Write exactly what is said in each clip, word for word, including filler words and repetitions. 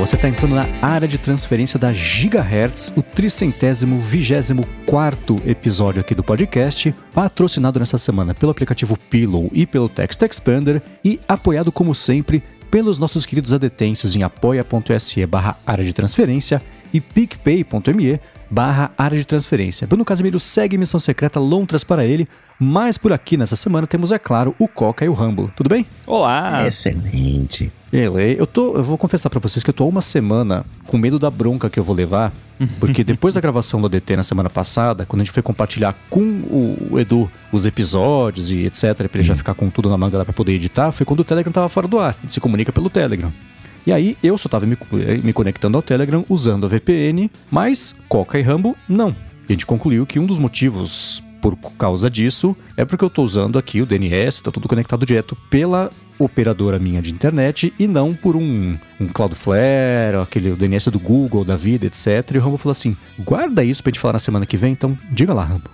você está entrando na área de transferência da Gigahertz, o tricentésimo vigésimo quarto episódio aqui do podcast, patrocinado nessa semana pelo aplicativo Pillow e pelo Text Expander e apoiado, como sempre, pelos nossos queridos adetêncios em apoia.se barra área de transferência e picpay.me barra área de transferência. Bruno Casimiro segue missão secreta lontras para ele, mas por aqui nessa semana temos, é claro, o Coca e o Rumble. Tudo bem? Olá! Excelente! Ele, eu, tô, eu vou confessar pra vocês que eu tô há uma semana com medo da bronca que eu vou levar, porque depois da gravação do A D T na semana passada, quando a gente foi compartilhar com o Edu os episódios e etcétera, pra ele já ficar com tudo na manga lá pra poder editar, foi quando o Telegram tava fora do ar. A gente se comunica pelo Telegram. E aí, eu só tava me, me conectando ao Telegram usando a V P N, mas Coca e Rumble não. E a gente concluiu que um dos motivos por causa disso é porque eu tô usando aqui o D N S, tá tudo conectado direto pela operadora minha de internet e não por um, um Cloudflare, aquele D N S do Google, da vida, etcétera. E o Rumble falou assim, guarda isso pra gente falar na semana que vem, então diga lá, Rumble.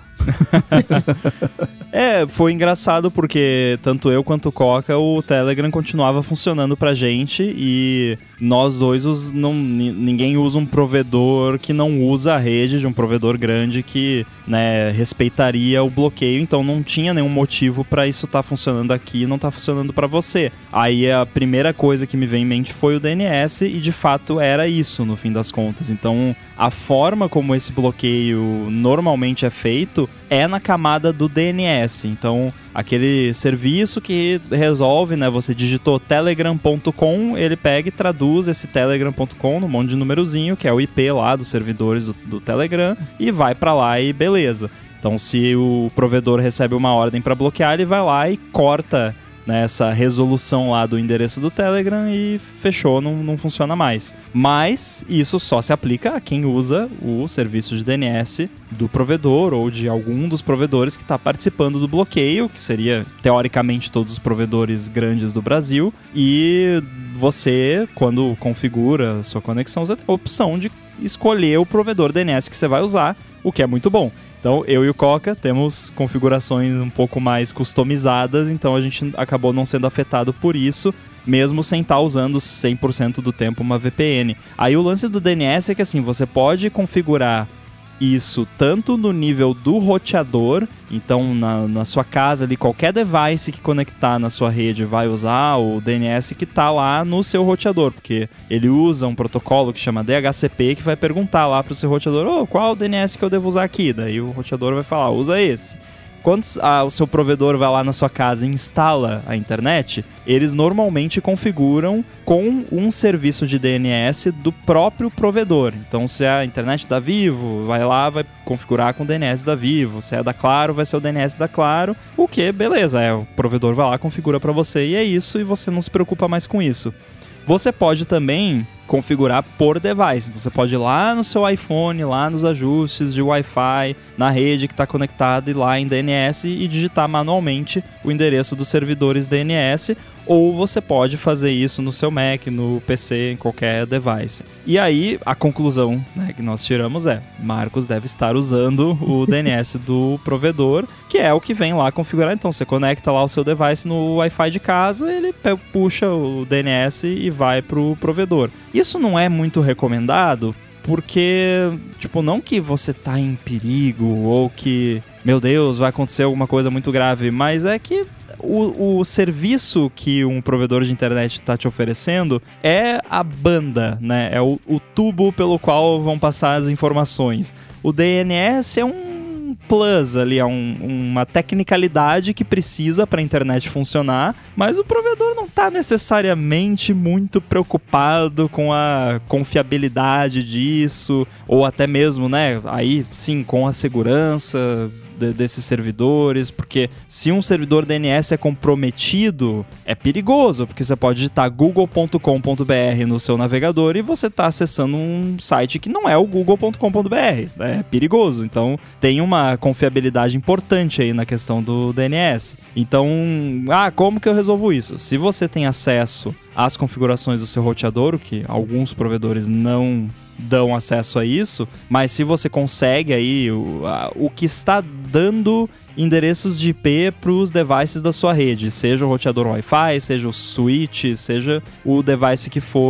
É, foi engraçado porque tanto eu quanto o Coca, o Telegram continuava funcionando pra gente e nós dois, os, não, ninguém usa um provedor que não usa a rede de um provedor grande que, né, respeitaria o bloqueio, então não tinha nenhum motivo pra isso estar tá funcionando aqui e não tá funcionando pra você. Aí a primeira coisa que me veio em mente foi o D N S e de fato era isso no fim das contas. Então a forma como esse bloqueio normalmente é feito é na camada do D N S. Então aquele serviço que resolve, né, você digitou telegram ponto com, ele pega e traduz esse telegram ponto com num monte de numerozinho, que é o I P lá dos servidores do, do Telegram, e vai pra lá e beleza. Então se o provedor recebe uma ordem para bloquear, ele vai lá e corta nessa resolução lá do endereço do Telegram e fechou, não, não funciona mais. Mas isso só se aplica a quem usa o serviço de D N S do provedor ou de algum dos provedores que está participando do bloqueio, que seria, teoricamente, todos os provedores grandes do Brasil. E você, quando configura a sua conexão, você tem a opção de escolher o provedor D N S que você vai usar, o que é muito bom. Então, eu e o Coca temos configurações um pouco mais customizadas, então a gente acabou não sendo afetado por isso, mesmo sem estar usando cem por cento do tempo uma V P N. Aí o lance do D N S é que assim, você pode configurar isso tanto no nível do roteador, então na, na sua casa ali, qualquer device que conectar na sua rede vai usar o D N S que está lá no seu roteador, porque ele usa um protocolo que chama D H C P, que vai perguntar lá para o seu roteador, oh, qual o D N S que eu devo usar aqui? Daí o roteador vai falar, usa esse. Quando a, o seu provedor vai lá na sua casa e instala a internet, eles normalmente configuram com um serviço de D N S do próprio provedor. Então, se é a internet da Vivo, vai lá, vai configurar com o D N S da Vivo. Se é da Claro, vai ser o D N S da Claro. O que, beleza, é, o provedor vai lá, configura para você e é isso, e você não se preocupa mais com isso. Você pode também configurar por device. Então, você pode ir lá no seu iPhone, lá nos ajustes de Wi-Fi, na rede que está conectada e lá em D N S e digitar manualmente o endereço dos servidores D N S, ou você pode fazer isso no seu Mac, no P C, em qualquer device. E aí, a conclusão, né, que nós tiramos é, Marcos deve estar usando o D N S do provedor, que é o que vem lá configurar. Então, você conecta lá o seu device no Wi-Fi de casa, ele puxa o D N S e vai para o provedor. Isso não é muito recomendado, porque, tipo, não que você tá em perigo ou que, meu Deus, vai acontecer alguma coisa muito grave, mas é que o, o serviço que um provedor de internet está te oferecendo é a banda, né? É o, o tubo pelo qual vão passar as informações. O D N S é um plus ali, é um, uma tecnicalidade que precisa para a internet funcionar, mas o provedor não está necessariamente muito preocupado com a confiabilidade disso, ou até mesmo, né, aí sim, com a segurança de, desses servidores, porque se um servidor D N S é comprometido, é perigoso, porque você pode digitar google ponto com ponto b r no seu navegador e você está acessando um site que não é o google ponto com ponto b r, é perigoso, então tem uma confiabilidade importante aí na questão do D N S. Então, ah, como que eu resolvo isso? Se você tem acesso às configurações do seu roteador, o que alguns provedores não dão acesso a isso, mas se você consegue aí o, a, o que está dando endereços de I P para os devices da sua rede, seja o roteador Wi-Fi, seja o switch, seja o device que for,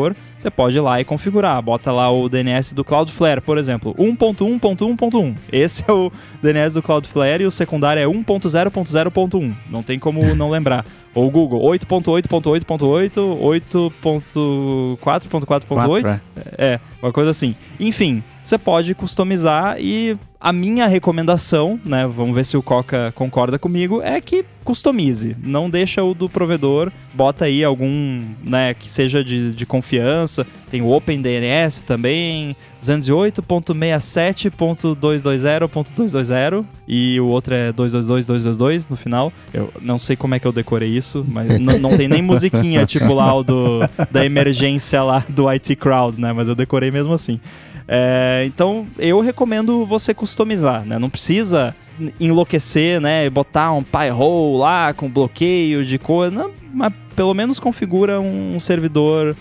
você pode ir lá e configurar. Bota lá o D N S do Cloudflare, por exemplo, um ponto um ponto um ponto um. Esse é o D N S do Cloudflare e o secundário é um ponto zero ponto zero ponto um. Não tem como não lembrar. Ou o Google, oito ponto oito ponto oito ponto oito, oito ponto quatro ponto quatro ponto oito. É, uma coisa assim. Enfim, você pode customizar e a minha recomendação, né, vamos ver se o Coca concorda comigo, é que customize. Não deixa o do provedor, bota aí algum, né, que seja de, de confiança. Tem o OpenDNS também, duzentos e oito ponto sessenta e sete ponto duzentos e vinte ponto duzentos e vinte e o outro é duzentos e vinte e dois ponto duzentos e vinte e dois no final. Eu não sei como é que eu decorei isso, mas não, não tem nem musiquinha, tipo lá o do, da emergência lá do I T Crowd, né, mas eu decorei mesmo assim. É, então eu recomendo você customizar, né? Não precisa enlouquecer, né? Botar um Pi-hole lá com bloqueio de coisa, não, mas pelo menos configura um servidor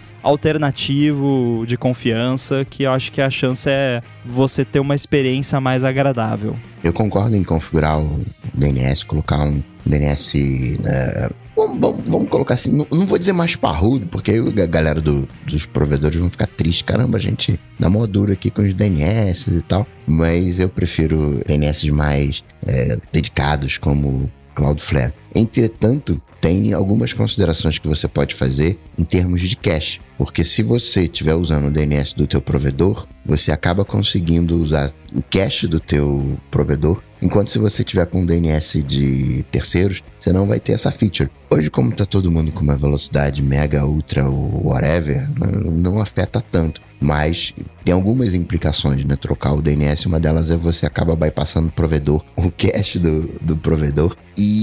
alternativo de confiança, que eu acho que a chance é você ter uma experiência mais agradável. Eu concordo em configurar o D N S, colocar um D N S... Né, vamos, vamos, vamos colocar assim, não, não vou dizer mais parrudo, porque aí a galera do, dos provedores vão ficar tristes. Caramba, a gente dá mó duro aqui com os D N S e tal. Mas eu prefiro D N S mais é, dedicados, como Cloudflare. Entretanto, tem algumas considerações que você pode fazer em termos de cache. Porque se você estiver usando o D N S do teu provedor, você acaba conseguindo usar o cache do teu provedor, enquanto se você tiver com D N S de terceiros, você não vai ter essa feature. Hoje, como está todo mundo com uma velocidade mega, ultra ou whatever, não afeta tanto. Mas tem algumas implicações, né? Trocar o D N S, uma delas é você acaba bypassando o provedor, o cache do, do provedor,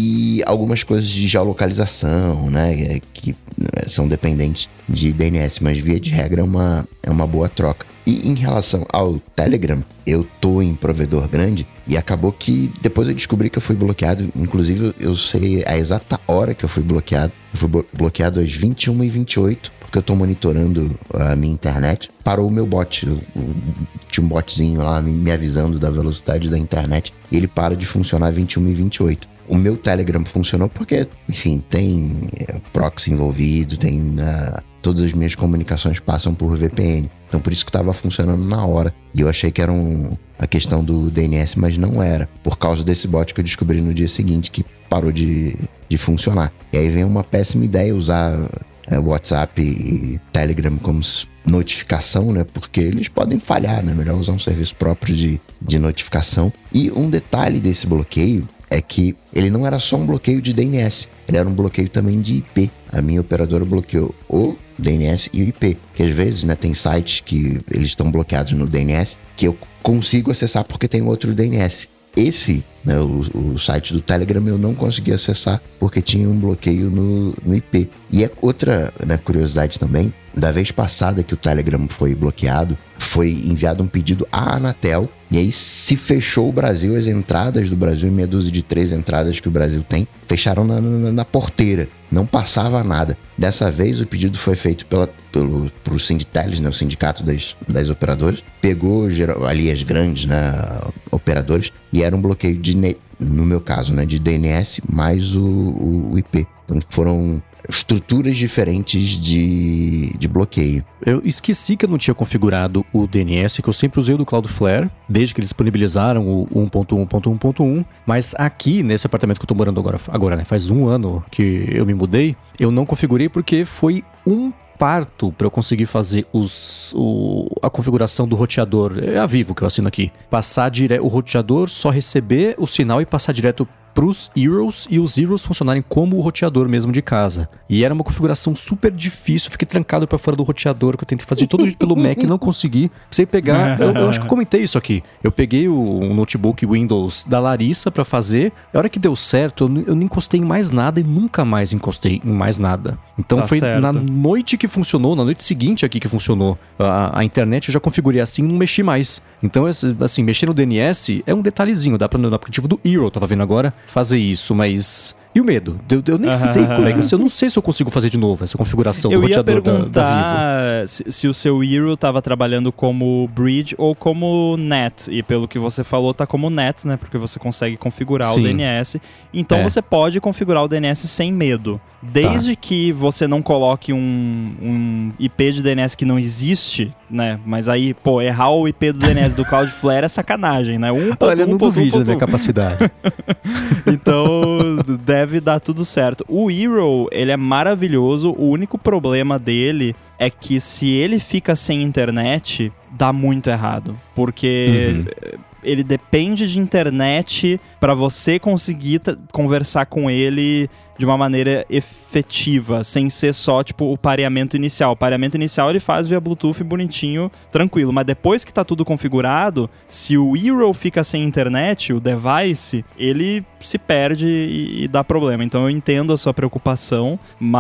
e algumas coisas de geolocalização, né? Que são dependentes de D N S, mas via de regra é uma, é uma boa troca. E em relação ao Telegram, eu tô em provedor grande e acabou que depois eu descobri que eu fui bloqueado. Inclusive, eu sei a exata hora que eu fui bloqueado. Eu fui bloqueado às vinte e uma e vinte e oito, porque eu tô monitorando a minha internet. Parou o meu bot. Eu, eu, tinha um botzinho lá me, me avisando da velocidade da internet. E ele para de funcionar às vinte e uma e vinte e oito. O meu Telegram funcionou porque, enfim, tem é, proxy envolvido, tem... Uh, todas as minhas comunicações passam por V P N. Então, por isso que estava funcionando na hora. E eu achei que era um, a questão do D N S, mas não era. Por causa desse bot que eu descobri no dia seguinte, que parou de, de funcionar. E aí vem uma péssima ideia usar é, WhatsApp e Telegram como notificação, né? Porque eles podem falhar, né? Melhor usar um serviço próprio de, de notificação. E um detalhe desse bloqueio é que ele não era só um bloqueio de D N S, ele era um bloqueio também de I P. A minha operadora bloqueou o D N S e o I P, que às vezes, né, tem sites que eles estão bloqueados no D N S que eu consigo acessar porque tem outro D N S. Esse, né, o, o site do Telegram eu não consegui acessar porque tinha um bloqueio no, no I P. E é outra, né, curiosidade também, da vez passada que o Telegram foi bloqueado, foi enviado um pedido à Anatel, e aí se fechou o Brasil, as entradas do Brasil, meia dúzia de três entradas que o Brasil tem, fecharam na, na, na porteira, não passava nada. Dessa vez o pedido foi feito pela, pelo pro Sinditeles, né, o sindicato das, das operadoras, pegou geral, ali as grandes, né, operadoras, e era um bloqueio de, no meu caso, né, de D N S mais o, o, o I P. Então foram estruturas diferentes de, de bloqueio. Eu esqueci que eu não tinha configurado o D N S, que eu sempre usei o do Cloudflare, desde que eles disponibilizaram o um ponto um ponto um ponto um, mas aqui, nesse apartamento que eu tô morando agora, agora né, faz um ano que eu me mudei, eu não configurei porque foi um parto para eu conseguir fazer os, o, a configuração do roteador. É a Vivo que eu assino aqui. Passar direto, o roteador só receber o sinal e passar direto pros Heroes e os Heroes funcionarem como o roteador mesmo de casa. E era uma configuração super difícil, fiquei trancado pra fora do roteador, que eu tentei fazer todo pelo Mac e não consegui. Precisei pegar, eu, eu acho que eu comentei isso aqui. Eu peguei o um notebook Windows da Larissa pra fazer, a hora que deu certo, eu, eu não encostei em mais nada e nunca mais encostei em mais nada. Então tá foi certo. Na noite que funcionou, na noite seguinte aqui que funcionou a, a internet, eu já configurei assim e não mexi mais. Então, assim, mexer no D N S é um detalhezinho, dá pra no aplicativo do Hero, tava vendo agora, fazer isso, mas E o medo? Eu, eu nem sei, colega. Eu não sei se eu consigo fazer de novo essa configuração eu do roteador da, da Vivo. Eu ia perguntar se, se o seu Eero estava trabalhando como Bridge ou como N E T. E pelo que você falou, tá como N E T, né? Porque você consegue configurar Sim. o D N S. Então é. você pode configurar o D N S sem medo. Desde tá. que você não coloque um, um I P de D N S que não existe, né? Mas aí, pô, errar o I P do D N S do Cloudflare é sacanagem, né? Um Olha, eu não duvido da minha capacidade. Então, deve dar tudo certo. O Eero, ele é maravilhoso. O único problema dele é que se ele fica sem internet, dá muito errado. Porque... Uhum. ele depende de internet para você conseguir t- conversar com ele de uma maneira efetiva, sem ser só, tipo, o pareamento inicial. O pareamento inicial ele faz via Bluetooth bonitinho, tranquilo. Mas depois que tá tudo configurado, se o Eero fica sem internet, o device, ele se perde e, e dá problema. Então eu entendo a sua preocupação,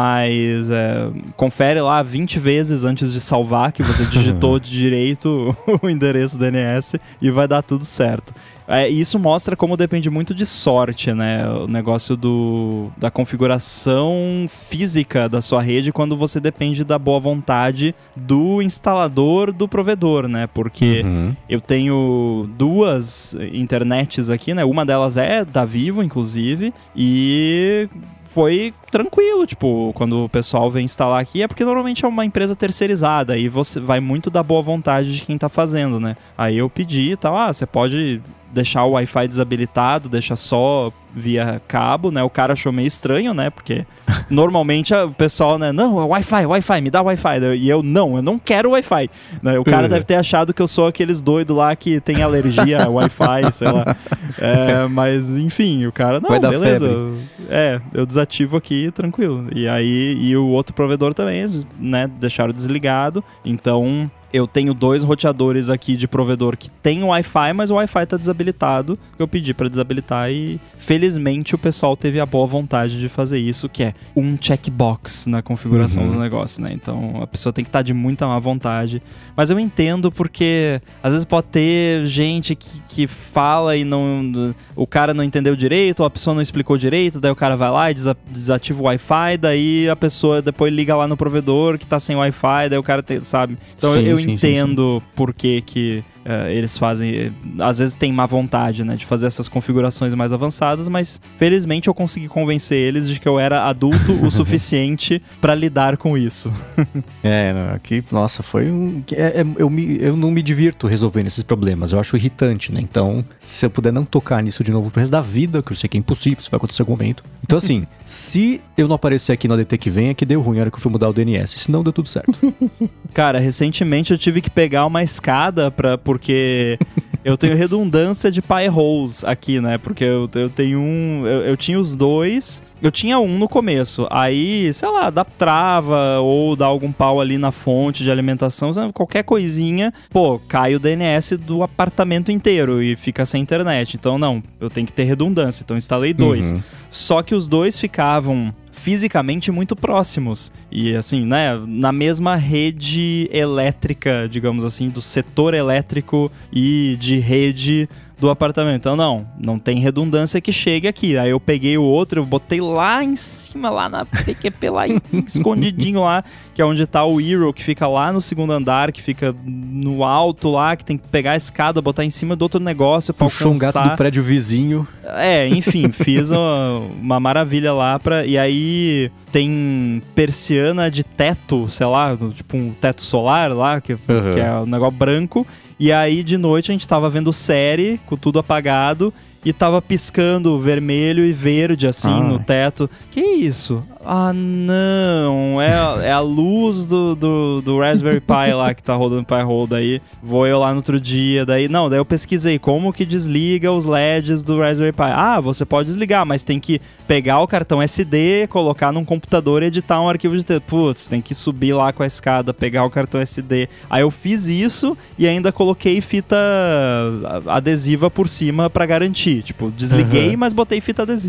mas é, confere lá vinte vezes antes de salvar que você digitou de direito o endereço D N S e vai dar tudo certo. É, isso mostra como depende muito de sorte, né? O negócio do, da configuração física da sua rede quando você depende da boa vontade do instalador do provedor, né? Porque uhum. eu tenho duas internets aqui, né? Uma delas é da Vivo, inclusive, e... foi tranquilo, tipo, quando o pessoal vem instalar aqui, é porque normalmente é uma empresa terceirizada, e você vai muito da boa vontade de quem tá fazendo, né? Aí eu pedi e tal, ah, você pode deixar o Wi-Fi desabilitado, deixa só via cabo, né? O cara achou meio estranho, né? Porque normalmente o pessoal, né? Não, é Wi-Fi, Wi-Fi, me dá Wi-Fi. E eu, não, eu não quero Wi-Fi. Né? O cara deve ter achado que eu sou aqueles doidos lá que tem alergia a Wi-Fi, sei lá. É, mas, enfim, o cara, não, beleza. Eu, é, eu desativo aqui, tranquilo. E aí, e o outro provedor também, né? Deixaram desligado. Então... eu tenho dois roteadores aqui de provedor que tem Wi-Fi, mas o Wi-Fi tá desabilitado. Eu pedi pra desabilitar e felizmente o pessoal teve a boa vontade de fazer isso, que é um checkbox na configuração uhum. do negócio, né? Então a pessoa tem que estar tá de muita má vontade. Mas eu entendo porque às vezes pode ter gente que, que fala e não, o cara não entendeu direito, ou a pessoa não explicou direito, daí o cara vai lá e desativa o Wi-Fi, daí a pessoa depois liga lá no provedor que tá sem Wi-Fi, daí o cara tem, sabe? Então sim, eu sim, entendo sim, sim. por que que uh, eles fazem... Às vezes tem má vontade, né? De fazer essas configurações mais avançadas, mas felizmente eu consegui convencer eles de que eu era adulto o suficiente pra lidar com isso. É, aqui, nossa, foi um... É, é, eu, me, eu não me divirto resolvendo esses problemas, eu acho irritante, né? Então, se eu puder não tocar nisso de novo pro resto da vida, que eu sei que é impossível, isso vai acontecer em algum momento. Então, assim, se eu não aparecer aqui no A D T que vem, é que deu ruim na hora que eu fui mudar o D N S, senão deu tudo certo. Cara, recentemente eu tive que pegar uma escada pra, porque eu tenho redundância de pie holes aqui, né? Porque eu, eu tenho um... Eu, eu tinha os dois... Eu tinha um no começo, aí, sei lá, dá trava ou dá algum pau ali na fonte de alimentação, qualquer coisinha, pô, cai o D N S do apartamento inteiro e fica sem internet. Então, não, eu tenho que ter redundância, então instalei dois. Uhum. Só que os dois ficavam fisicamente muito próximos e assim, né, na mesma rede elétrica, digamos assim, do setor elétrico e de rede do apartamento. Então não, não tem redundância que chegue aqui. Aí eu peguei o outro, eu botei lá em cima, lá na P Q P, lá escondidinho lá, que é onde tá o Eero, que fica lá no segundo andar, que fica no alto lá, que tem que pegar a escada, botar em cima do outro negócio pra Puxou alcançar. um gato do prédio vizinho. É, enfim, fiz uma, uma maravilha lá pra... E aí tem persiana de teto, sei lá, tipo um teto solar lá, que, uhum. que é um negócio branco. E aí, de noite, a gente tava vendo série, com tudo apagado, e tava piscando vermelho e verde, assim, ah. no teto. Que isso? Ah, não, é, é a luz do, do, do Raspberry Pi lá que tá rodando Pi-hole, daí vou eu lá no outro dia, daí, não, daí eu pesquisei como que desliga os L E Ds do Raspberry Pi. Ah, você pode desligar, mas tem que pegar o cartão S D, colocar num computador e editar um arquivo de texto. Putz, tem que subir lá com a escada, pegar o cartão S D. Aí eu fiz isso e ainda coloquei fita adesiva por cima pra garantir. Tipo, desliguei, uhum. mas botei fita adesiva.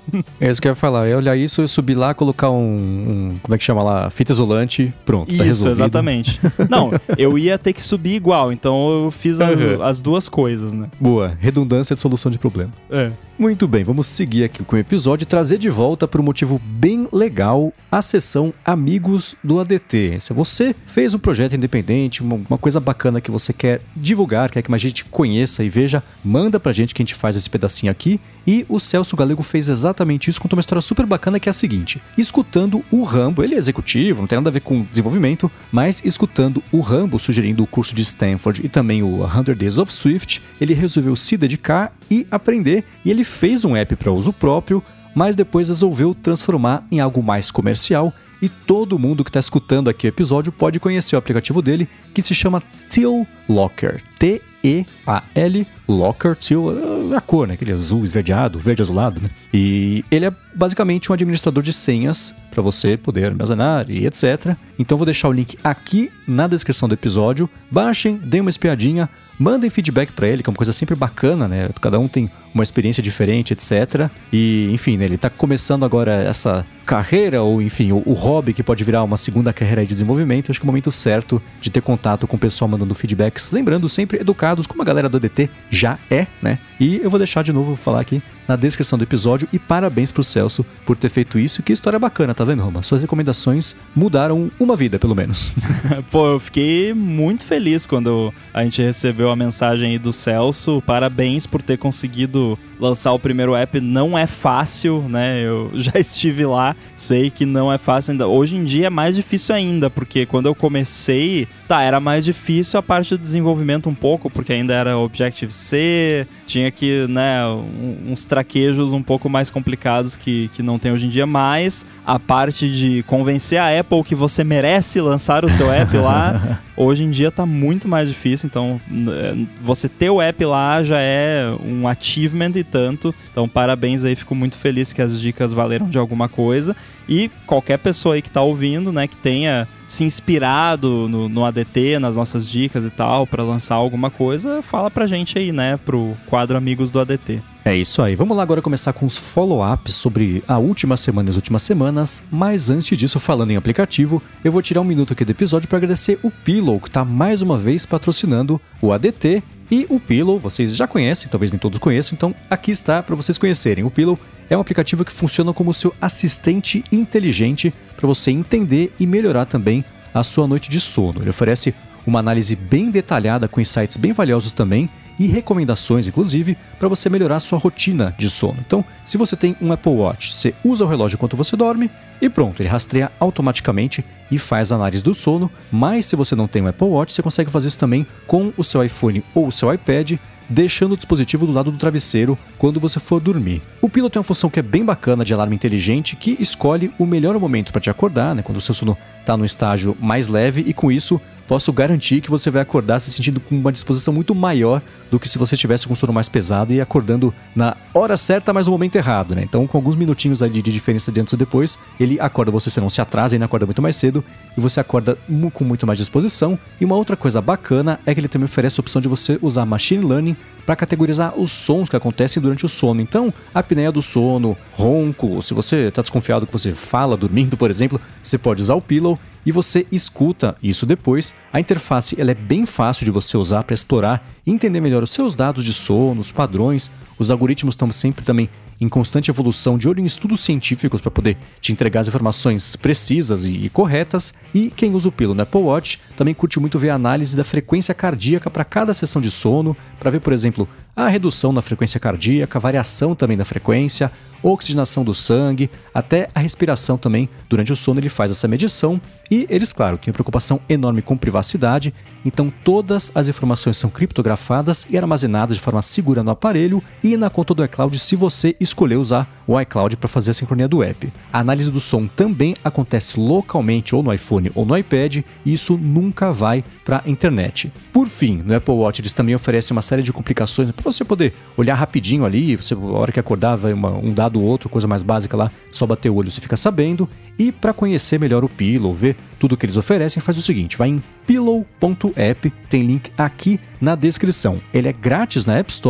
É isso que eu ia falar. Eu ia olhar isso, eu subir lá, colocar um, um... Como é que chama lá? Fita isolante. Pronto, isso, tá resolvido. Isso, exatamente. Não, eu ia ter que subir igual, então eu fiz a, uhum. as duas coisas, né? Boa. Redundância de solução de problema. É. Muito bem, vamos seguir aqui com o episódio e trazer de volta por um motivo bem legal a seção Amigos do A D T. Se você fez um projeto independente, uma, uma coisa bacana que você quer divulgar, quer que mais gente conheça e veja, manda pra gente que a gente faz esse pedacinho aqui. E o Celso Galego fez exatamente isso, contou uma história super bacana que é a seguinte: escutando o Rambo, ele é executivo, não tem nada a ver com desenvolvimento, mas escutando o Rambo sugerindo o curso de Stanford e também o cem Days of Swift, ele resolveu se dedicar e aprender, e ele fez um app para uso próprio, mas depois resolveu transformar em algo mais comercial, e todo mundo que está escutando aqui o episódio pode conhecer o aplicativo dele, que se chama Teal Locker, T E A L Locker, Teal, a cor, né? Aquele azul esverdeado, verde azulado, né? E ele é basicamente um administrador de senhas para você poder armazenar e etcétera. Então vou deixar o link aqui na descrição do episódio. Baixem, deem uma espiadinha, mandem feedback para ele, que é uma coisa sempre bacana, né? Cada um tem uma experiência diferente, etcétera. E, enfim, né? Ele tá começando agora essa carreira, ou enfim, o, o hobby que pode virar uma segunda carreira de desenvolvimento. Acho que é o momento certo de ter contato com o pessoal mandando feedbacks, lembrando sempre educados, como a galera do A D T já é, né? E eu vou deixar de novo falar aqui na descrição do episódio, e parabéns pro Celso por ter feito isso. Que história bacana, tá vendo, Roma? Suas recomendações mudaram uma vida, pelo menos. Pô, eu fiquei muito feliz quando a gente recebeu a mensagem aí do Celso. Parabéns por ter conseguido lançar o primeiro app. Não é fácil, né? Eu já estive lá, sei que não é fácil ainda. Hoje em dia é mais difícil ainda, porque quando eu comecei, tá, era mais difícil a parte do desenvolvimento um pouco, porque ainda era Objective-C, tinha que, né, uns traquejos um pouco mais complicados que, que não tem hoje em dia, mas a parte de convencer a Apple que você merece lançar o seu app lá, hoje em dia tá muito mais difícil. Então você ter o app lá já é um achievement e tanto. Então parabéns aí, fico muito feliz que as dicas valeram de alguma coisa. E qualquer pessoa aí que tá ouvindo, né, que tenha se inspirado no, no A D T, nas nossas dicas e tal, para lançar alguma coisa, fala pra gente aí, né, pro quadro Amigos do A D T. É isso aí. Vamos lá agora começar com os follow-ups sobre a última semana e as últimas semanas. Mas antes disso, falando em aplicativo, eu vou tirar um minuto aqui do episódio para agradecer o Pillow, que está mais uma vez patrocinando o A D T. E o Pillow, vocês já conhecem, talvez nem todos conheçam, então aqui está para vocês conhecerem. O Pillow é um aplicativo que funciona como seu assistente inteligente para você entender e melhorar também a sua noite de sono. Ele oferece uma análise bem detalhada com insights bem valiosos também e recomendações, inclusive, para você melhorar a sua rotina de sono. Então, se você tem um Apple Watch, você usa o relógio enquanto você dorme e pronto, ele rastreia automaticamente e faz a análise do sono. Mas se você não tem um Apple Watch, você consegue fazer isso também com o seu iPhone ou o seu iPad, deixando o dispositivo do lado do travesseiro quando você for dormir. O Pillow tem uma função que é bem bacana de alarme inteligente, que escolhe o melhor momento para te acordar, né, quando o seu sono está no estágio mais leve, e com isso posso garantir que você vai acordar se sentindo com uma disposição muito maior do que se você estivesse com um sono mais pesado e acordando na hora certa, mas no momento errado, né? Então, com alguns minutinhos ali de diferença de antes ou depois, ele acorda você, você não se atrasa, ele acorda muito mais cedo e você acorda com muito mais disposição. E uma outra coisa bacana é que ele também oferece a opção de você usar Machine Learning para categorizar os sons que acontecem durante o sono. Então, a apneia do sono, ronco, se você está desconfiado que você fala dormindo, por exemplo, você pode usar o Pillow e você escuta isso depois. A interface ela é bem fácil de você usar para explorar e entender melhor os seus dados de sono, os padrões. Os algoritmos estão sempre também em constante evolução, de olho em estudos científicos para poder te entregar as informações precisas e, e corretas. E quem usa o Pillow no Apple Watch também curte muito ver a análise da frequência cardíaca para cada sessão de sono, para ver, por exemplo, a redução na frequência cardíaca, a variação também da frequência, oxigenação do sangue, até a respiração também. Durante o sono ele faz essa medição e eles, claro, têm uma preocupação enorme com privacidade, então todas as informações são criptografadas e armazenadas de forma segura no aparelho e na conta do iCloud se você escolher usar o iCloud para fazer a sincronia do app. A análise do som também acontece localmente ou no iPhone ou no iPad, e isso nunca vai para a internet. Por fim, no Apple Watch eles também oferecem uma série de complicações para você poder olhar rapidinho ali, você, a hora que acordar vai uma, um dado ou outro, coisa mais básica lá, só bater o olho você fica sabendo. E para conhecer melhor o Pillow, ver tudo que eles oferecem, faz o seguinte, vai em pillow ponto app, tem link aqui na descrição. Ele é grátis na App Store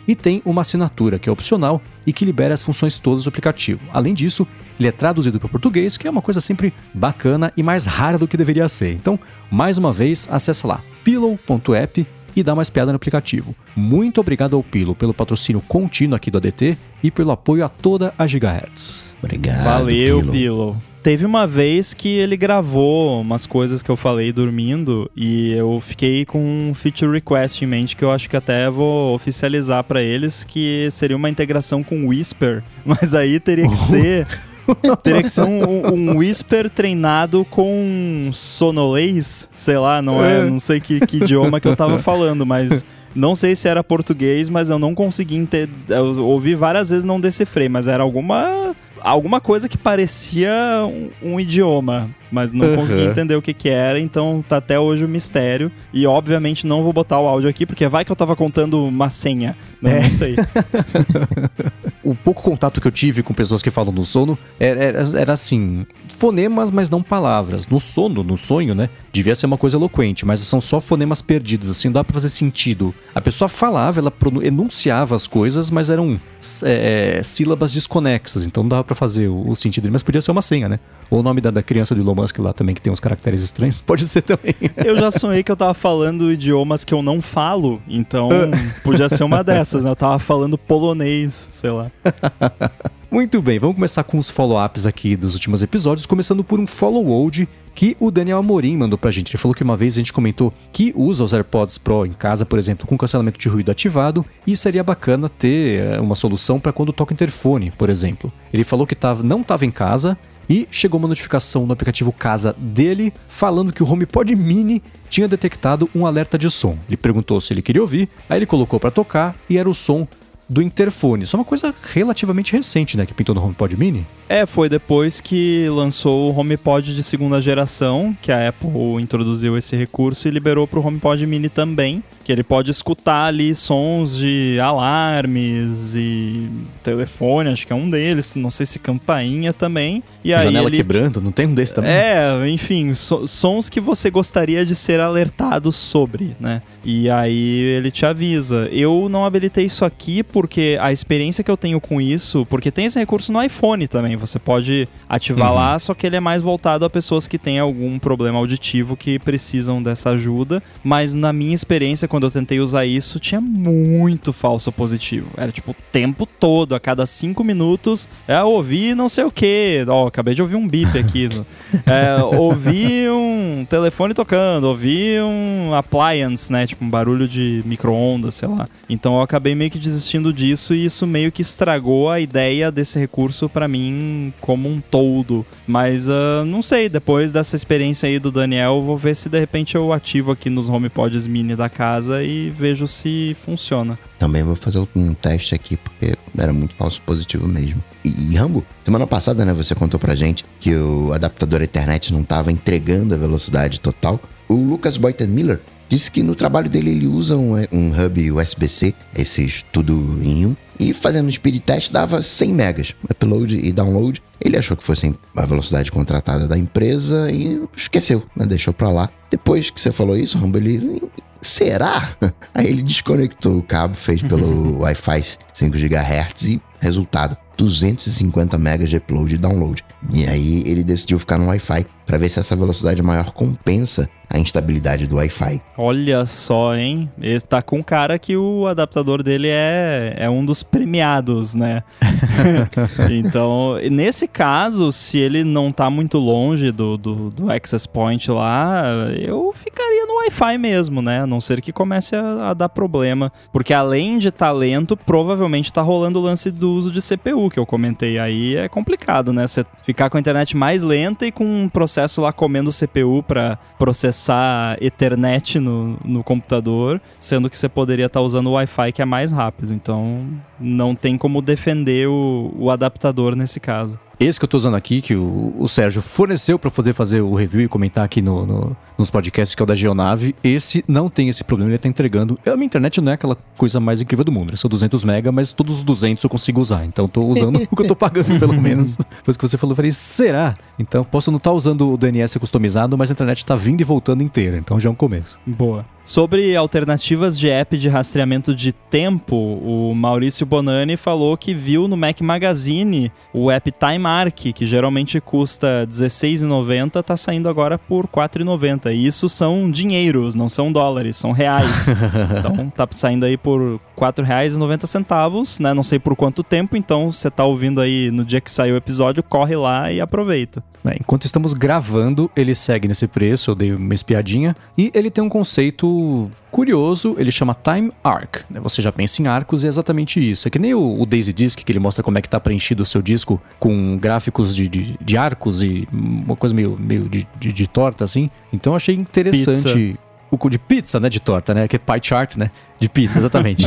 e tem uma assinatura que é opcional e que libera as funções todas do aplicativo. Além disso, ele é traduzido para o português, que é uma coisa sempre bacana e mais rara do que deveria ser. Então, mais uma vez, acessa lá pillow ponto app e dá uma espiada no aplicativo. Muito obrigado ao Pillow pelo patrocínio contínuo aqui do A D T e pelo apoio a toda a Gigahertz. Obrigado, Valeu, Pillow. Pillow. Teve uma vez que ele gravou umas coisas que eu falei dormindo e eu fiquei com um feature request em mente que eu acho que até vou oficializar pra eles, que seria uma integração com o Whisper, mas aí teria que ser... Teria que ser um, um Whisper treinado com sonolês, sei lá, não é, não sei que, que idioma que eu tava falando, mas não sei se era português, mas eu não consegui entender, eu ouvi várias vezes, não decifrei, mas era alguma, alguma coisa que parecia um, um idioma, mas não uhum. consegui entender o que que era, então tá até hoje o mistério, e obviamente não vou botar o áudio aqui, porque vai que eu tava contando uma senha, não, é. não sei. O pouco contato que eu tive com pessoas que falam no sono era, era, era assim, fonemas, mas não palavras. No sono, no sonho, né, devia ser uma coisa eloquente, mas são só fonemas perdidos, assim, não dá pra fazer sentido. A pessoa falava, ela enunciava as coisas, mas eram é, sílabas desconexas, então não dava pra fazer o, o sentido, mas podia ser uma senha, né? Ou o nome da, da criança do Elon Musk lá também, que tem uns caracteres estranhos, pode ser também. Eu já sonhei que eu tava falando idiomas que eu não falo, então podia ser uma dessas, né? Eu tava falando polonês, sei lá. Muito bem, vamos começar com os follow-ups aqui dos últimos episódios, começando por um follow-old que o Daniel Amorim mandou pra gente. Ele falou que uma vez a gente comentou que usa os AirPods Pro em casa, por exemplo, com cancelamento de ruído ativado, e seria bacana ter uma solução para quando toca interfone, por exemplo. Ele falou que tava, não estava em casa e chegou uma notificação no aplicativo Casa dele falando que o HomePod Mini tinha detectado um alerta de som. Ele perguntou se ele queria ouvir, aí ele colocou para tocar e era o som do interfone. Isso é uma coisa relativamente recente, né, que pintou no HomePod Mini. É, foi depois que lançou o HomePod de segunda geração, que a Apple introduziu esse recurso e liberou para o HomePod Mini também, que ele pode escutar ali sons de alarmes e telefone, acho que é um deles, não sei se campainha também. E aí janela ele... quebrando, não tem um desse também? É, enfim, so- sons que você gostaria de ser alertado sobre, né? E aí ele te avisa. Eu não habilitei isso aqui porque a experiência que eu tenho com isso, porque tem esse recurso no iPhone também, você pode ativar uhum. lá, só que ele é mais voltado a pessoas que têm algum problema auditivo que precisam dessa ajuda, mas na minha experiência, quando eu tentei usar isso, tinha muito falso positivo. Era tipo o tempo todo, a cada cinco minutos, é, ouvi não sei o que, ó, acabei de ouvir um bip aqui, é, ouvi um telefone tocando, ouvi um appliance, né, tipo um barulho de micro-ondas, sei lá. Então eu acabei meio que desistindo disso e isso meio que estragou a ideia desse recurso pra mim como um todo. Mas uh, não sei, depois dessa experiência aí do Daniel, vou ver se de repente eu ativo aqui nos HomePods Mini da casa e vejo se funciona. Também vou fazer um teste aqui, porque era muito falso positivo mesmo. E, e Rambo, semana passada, né, você contou pra gente que o adaptador Ethernet não estava entregando a velocidade total. O Lucas Boyton Miller disse que no trabalho dele ele usa um, um hub U S B-C, esses tudo em um, e fazendo um speed test dava cem megas, upload e download. Ele achou que fosse a velocidade contratada da empresa e esqueceu, né, deixou pra lá. Depois que você falou isso, Rambo, ele... será? Aí ele desconectou o cabo, fez pelo Wi-Fi cinco gigahertz e, resultado, duzentos e cinquenta megas de upload e download. E aí ele decidiu ficar no Wi-Fi para ver se essa velocidade maior compensa a instabilidade do Wi-Fi. Olha só, hein? Ele tá com um cara que o adaptador dele é, é um dos premiados, né? Então, nesse caso, se ele não tá muito longe do, do, do access point lá, eu ficaria no Wi-Fi mesmo, né? A não ser que comece a, a dar problema. Porque além de tá lento, provavelmente tá rolando o lance do uso de C P U, que eu comentei. Aí é complicado, né? Você ficar com a internet mais lenta e com um processo lá comendo o C P U pra processar Ethernet no, no computador, sendo que você poderia estar usando o Wi-Fi, que é mais rápido. Então, não tem como defender o, o adaptador nesse caso. Esse que eu tô usando aqui, que o, o Sérgio forneceu para poder fazer o review e comentar aqui no, no, nos podcasts, que é o da Geonave, esse não tem esse problema, ele tá entregando. A minha internet não é aquela coisa mais incrível do mundo, são duzentos mega, mas todos os duzentos eu consigo usar, então tô usando o que eu tô pagando, pelo menos. Depois que você falou, eu falei, será? Então posso não estar usando o D N S customizado, mas a internet tá vindo e voltando inteira, então já é um começo. Boa. Sobre alternativas de app de rastreamento de tempo, o Maurício Bonani falou que viu no Mac Magazine o app Timeark, que geralmente custa dezesseis reais e noventa centavos, tá saindo agora por quatro reais e noventa centavos. E isso são dinheiros, não são dólares, são reais. Então tá saindo aí por quatro reais e noventa centavos, né? Não sei por quanto tempo, então você tá ouvindo aí no dia que saiu o episódio, corre lá e aproveita. É, enquanto estamos gravando, ele segue nesse preço, eu dei uma espiadinha, e ele tem um conceito curioso, ele chama Time Arc, né? Você já pensa em arcos e é exatamente isso. É que nem o, o Daisy Disk, que ele mostra como é que tá preenchido o seu disco com gráficos de, de, de arcos e uma coisa meio, meio de, de, de torta, assim. Então eu achei interessante... Pizza. O de pizza, né? De torta, né? Que é pie chart, né? De pizza, exatamente.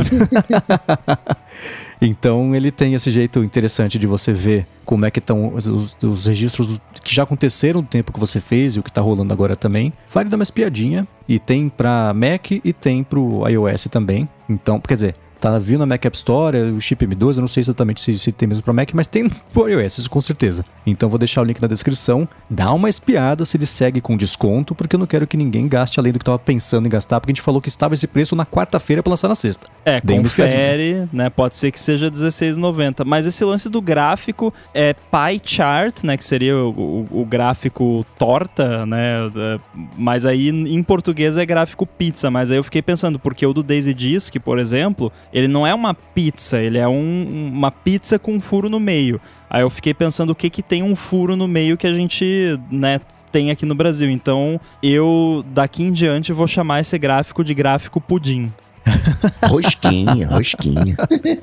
Então ele tem esse jeito interessante de você ver como é que estão os, os registros que já aconteceram no tempo que você fez e o que tá rolando agora também. Vale dar uma espiadinha. E tem pra Mac e tem pro iOS também. Então, quer dizer... Tá vindo na Mac App Store, o chip M dois, eu não sei exatamente se, se tem mesmo para Mac, mas tem pro iOS, isso com certeza. Então vou deixar o link na descrição, dá uma espiada se ele segue com desconto, porque eu não quero que ninguém gaste além do que estava pensando em gastar, porque a gente falou que estava esse preço na quarta-feira para lançar na sexta. É, Dei confere, né, pode ser que seja dezesseis reais e noventa centavos, mas esse lance do gráfico é pie chart, né, que seria o, o, o gráfico torta, né, mas aí em português é gráfico pizza, mas aí eu fiquei pensando, porque o do Daisy Disk, por exemplo, ele não é uma pizza, ele é um, uma pizza com um furo no meio. Aí eu fiquei pensando o que que tem um furo no meio que a gente, né, tem aqui no Brasil. Então eu, daqui em diante, vou chamar esse gráfico de gráfico pudim. Rosquinha, rosquinha.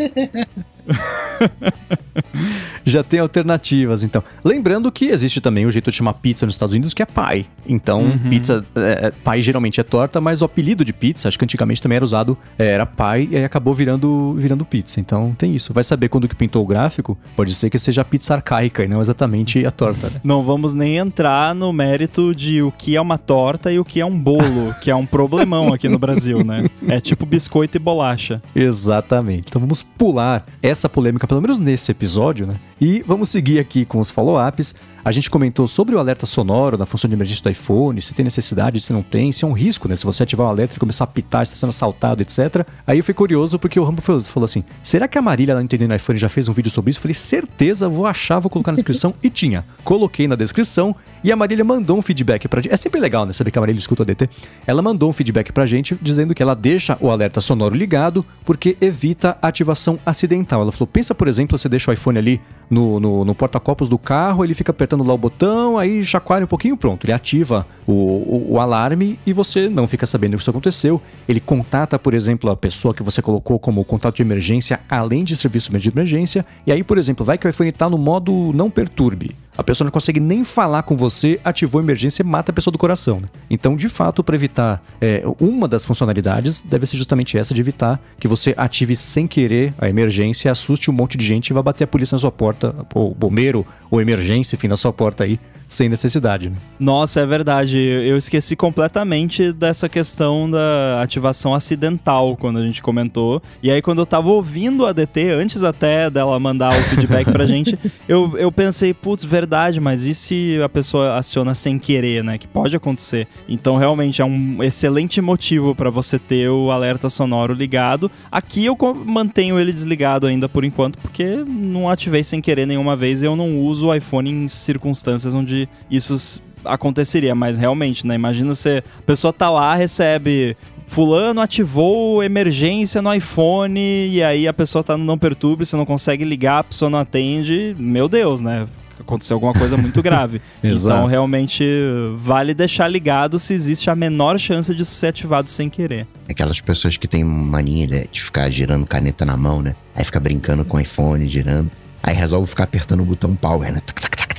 Já tem alternativas, então. Lembrando que existe também o jeito de chamar pizza nos Estados Unidos, que é pie. Então, uhum. pizza, é, pie geralmente é torta, mas o apelido de pizza, acho que antigamente também era usado, é, era pie, e aí acabou virando, virando pizza. Então, tem isso. Vai saber quando que pintou o gráfico, pode ser que seja a pizza arcaica e não exatamente a torta, né? Não vamos nem entrar no mérito de o que é uma torta e o que é um bolo, que é um problemão aqui no Brasil, né? É tipo biscoito e bolacha. Exatamente. Então, vamos pular essa polêmica, pelo menos nesse episódio, né? E vamos seguir aqui com os follow-ups. A gente comentou sobre o alerta sonoro na função de emergência do iPhone, se tem necessidade, se não tem, se é um risco, né? Se você ativar o alerta e começar a pitar, está sendo assaltado, etcétera. Aí eu fui curioso porque o Rambo falou assim, será que a Marília lá no Entendendo iPhone já fez um vídeo sobre isso? Eu falei, certeza, vou achar, vou colocar na descrição. E tinha. Coloquei na descrição e a Marília mandou um feedback pra gente. É sempre legal, né? Saber que a Marília escuta o A D T. Ela mandou um feedback pra gente dizendo que ela deixa o alerta sonoro ligado porque evita a ativação acidental. Ela falou, pensa, por exemplo, você deixa o iPhone ali no, no, no porta-copos do carro, ele fica apertando lá o botão, aí chacoalha um pouquinho, pronto, ele ativa o, o, o alarme e você não fica sabendo que isso aconteceu. Ele contata, por exemplo, a pessoa que você colocou como contato de emergência, além de serviço de emergência, e aí, por exemplo, vai que o iPhone está no modo não perturbe. A pessoa não consegue nem falar com você, ativou a emergência e mata a pessoa do coração, né? Então, de fato, para evitar... É, uma das funcionalidades deve ser justamente essa, de evitar que você ative sem querer a emergência, assuste um monte de gente e vá bater a polícia na sua porta, ou bombeiro, ou emergência, enfim, na sua porta aí, sem necessidade, né? Nossa, é verdade. Eu esqueci completamente dessa questão da ativação acidental, quando a gente comentou. E aí, quando eu tava ouvindo a A D T, antes até dela mandar o feedback pra gente, eu, eu pensei, putz, verdade, mas e se a pessoa aciona sem querer, né? Que pode acontecer. Então, realmente, é um excelente motivo pra você ter o alerta sonoro ligado. Aqui eu mantenho ele desligado ainda por enquanto, porque não ativei sem querer nenhuma vez e eu não uso o iPhone em circunstâncias onde isso aconteceria, mas realmente, né? Imagina você, a pessoa tá lá, recebe, fulano ativou emergência no iPhone e aí a pessoa tá no não perturbe, você não consegue ligar, a pessoa não atende, meu Deus, né? Aconteceu alguma coisa muito grave. Então, realmente, vale deixar ligado se existe a menor chance disso ser ativado sem querer. Aquelas pessoas que têm mania, né, de ficar girando caneta na mão, né? Aí fica brincando com o iPhone, girando. Aí resolve ficar apertando o botão power, né?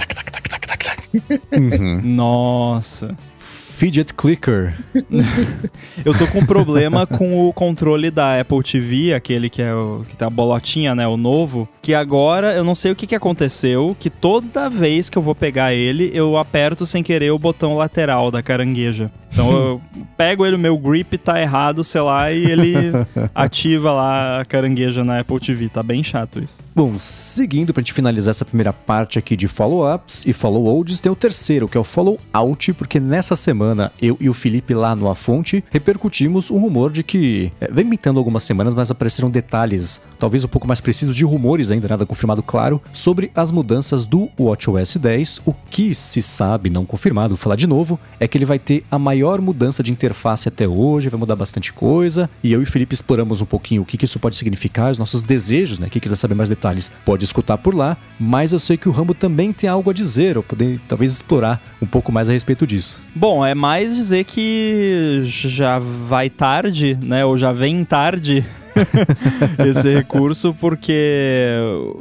Uhum. Nossa. Fidget clicker. Eu tô com um problema com o controle da Apple T V, aquele que é o que tem a bolotinha, né, o novo, que agora eu não sei o que que aconteceu, que toda vez que eu vou pegar ele, eu aperto sem querer o botão lateral da carangueja. Então eu pego ele, o meu grip tá errado, sei lá, e ele ativa lá a carangueja na Apple T V. Tá bem chato isso. Bom, seguindo pra gente finalizar essa primeira parte aqui de follow-ups e follow-olds, tem o terceiro, que é o follow-out, porque nessa semana eu e o Felipe lá no A Fonte repercutimos um rumor de que, é, vem imitando algumas semanas, mas apareceram detalhes, talvez um pouco mais precisos, de rumores ainda, nada confirmado claro, sobre as mudanças do WatchOS dez. O que se sabe, não confirmado, vou falar de novo, é que ele vai ter a maior mudança de interface até hoje, vai mudar bastante coisa, e eu e o Felipe exploramos um pouquinho o que, que isso pode significar, os nossos desejos, né? Quem quiser saber mais detalhes pode escutar por lá, mas eu sei que o Rambo também tem algo a dizer, ou poder talvez explorar um pouco mais a respeito disso. Bom, é mais dizer que já vai tarde, né? Ou já vem tarde esse recurso, porque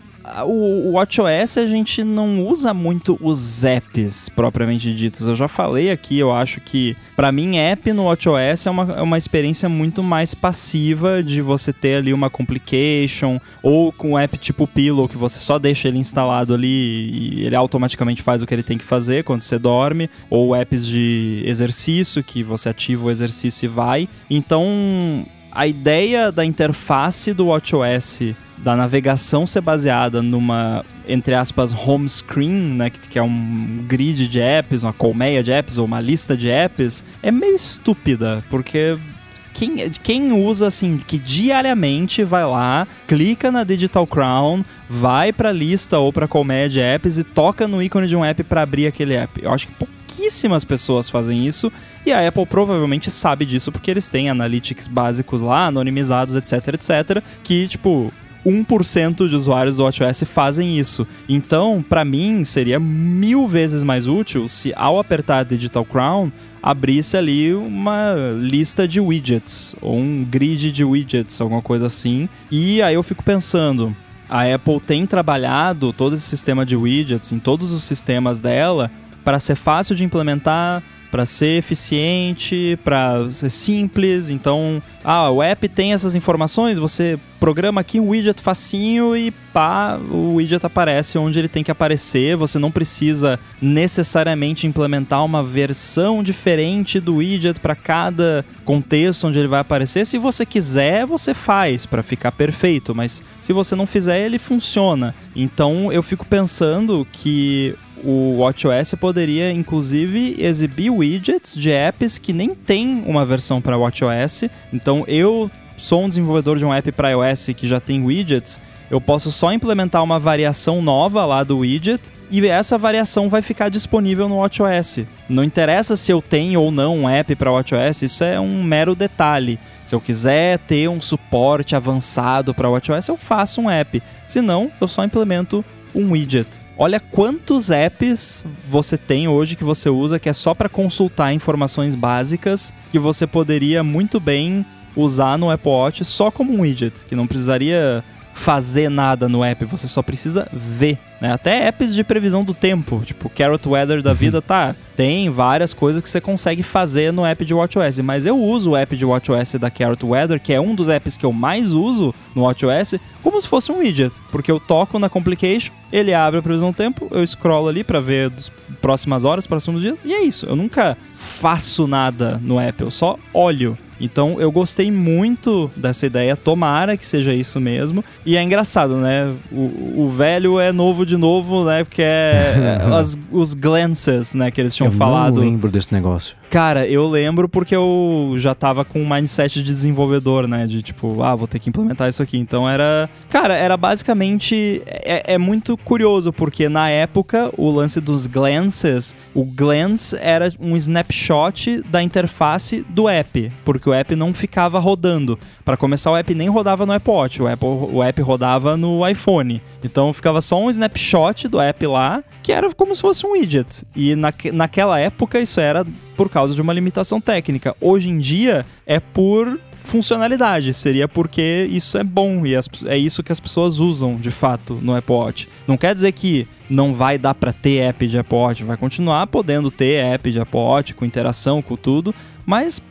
o WatchOS a gente não usa muito os apps propriamente ditos. Eu já falei aqui, eu acho que pra mim app no WatchOS é uma, é uma experiência muito mais passiva, de você ter ali uma complication, ou com um app tipo Pillow, que você só deixa ele instalado ali e ele automaticamente faz o que ele tem que fazer quando você dorme, ou apps de exercício, que você ativa o exercício e vai. Então a ideia da interface do WatchOS, da navegação ser baseada numa, entre aspas, home screen, né, que, que é um grid de apps, uma colmeia de apps ou uma lista de apps, é meio estúpida, porque quem, quem usa assim, que diariamente vai lá, clica na Digital Crown, vai pra lista ou pra colmeia de apps e toca no ícone de um app pra abrir aquele app? Eu acho que pouquíssimas pessoas fazem isso, e a Apple provavelmente sabe disso porque eles têm analytics básicos lá, anonimizados, etc, etc, que, tipo, um por cento de usuários do WatchOS fazem isso. Então, pra mim, seria mil vezes mais útil se, ao apertar a Digital Crown, abrisse ali uma lista de widgets, ou um grid de widgets, alguma coisa assim. E aí eu fico pensando, a Apple tem trabalhado todo esse sistema de widgets em todos os sistemas dela para ser fácil de implementar, para ser eficiente, para ser simples. Então, ah, o app tem essas informações, você programa aqui um widget facinho e pá, o widget aparece onde ele tem que aparecer. Você não precisa necessariamente implementar uma versão diferente do widget para cada contexto onde ele vai aparecer. Se você quiser, você faz para ficar perfeito, mas se você não fizer, ele funciona. Então, eu fico pensando que o WatchOS poderia, inclusive, exibir widgets de apps que nem tem uma versão para WatchOS. Então, eu sou um desenvolvedor de um app para iOS que já tem widgets, eu posso só implementar uma variação nova lá do widget e essa variação vai ficar disponível no WatchOS. Não interessa se eu tenho ou não um app para WatchOS, isso é um mero detalhe. Se eu quiser ter um suporte avançado para WatchOS, eu faço um app. Se não, eu só implemento um widget. Olha quantos apps você tem hoje que você usa que é só para consultar informações básicas que você poderia muito bem usar no Apple Watch só como um widget, que não precisaria fazer nada no app, você só precisa ver, né? Até apps de previsão do tempo, tipo Carrot Weather da vida, tá? Tem várias coisas que você consegue fazer no app de WatchOS, mas eu uso o app de WatchOS da Carrot Weather, que é um dos apps que eu mais uso no WatchOS, como se fosse um widget, porque eu toco na Complication, ele abre a previsão do tempo, eu scrollo ali pra ver as próximas horas, próximos dias, e é isso. Eu nunca faço nada no app, eu só olho. Então eu gostei muito dessa ideia, tomara que seja isso mesmo. E é engraçado, né? O, o velho é novo de novo, né? Porque é as, os glances, né? Que eles tinham eu falado. Eu não lembro desse negócio. Cara, eu lembro porque eu já tava com um mindset de desenvolvedor, né? De tipo, ah, vou ter que implementar isso aqui. Então era... Cara, era basicamente... É, é muito curioso, porque na época, o lance dos glances, o glance era um snapshot da interface do app, porque o app não ficava rodando. Para começar, o app nem rodava no Apple Watch, o app, o app rodava no iPhone. Então ficava só um snapshot do app lá, que era como se fosse um widget. E na, naquela época isso era por causa de uma limitação técnica. Hoje em dia é por funcionalidade, seria porque isso é bom e as, é isso que as pessoas usam de fato no Apple Watch. Não quer dizer que não vai dar para ter app de Apple Watch, vai continuar podendo ter app de Apple Watch com interação, com tudo, mas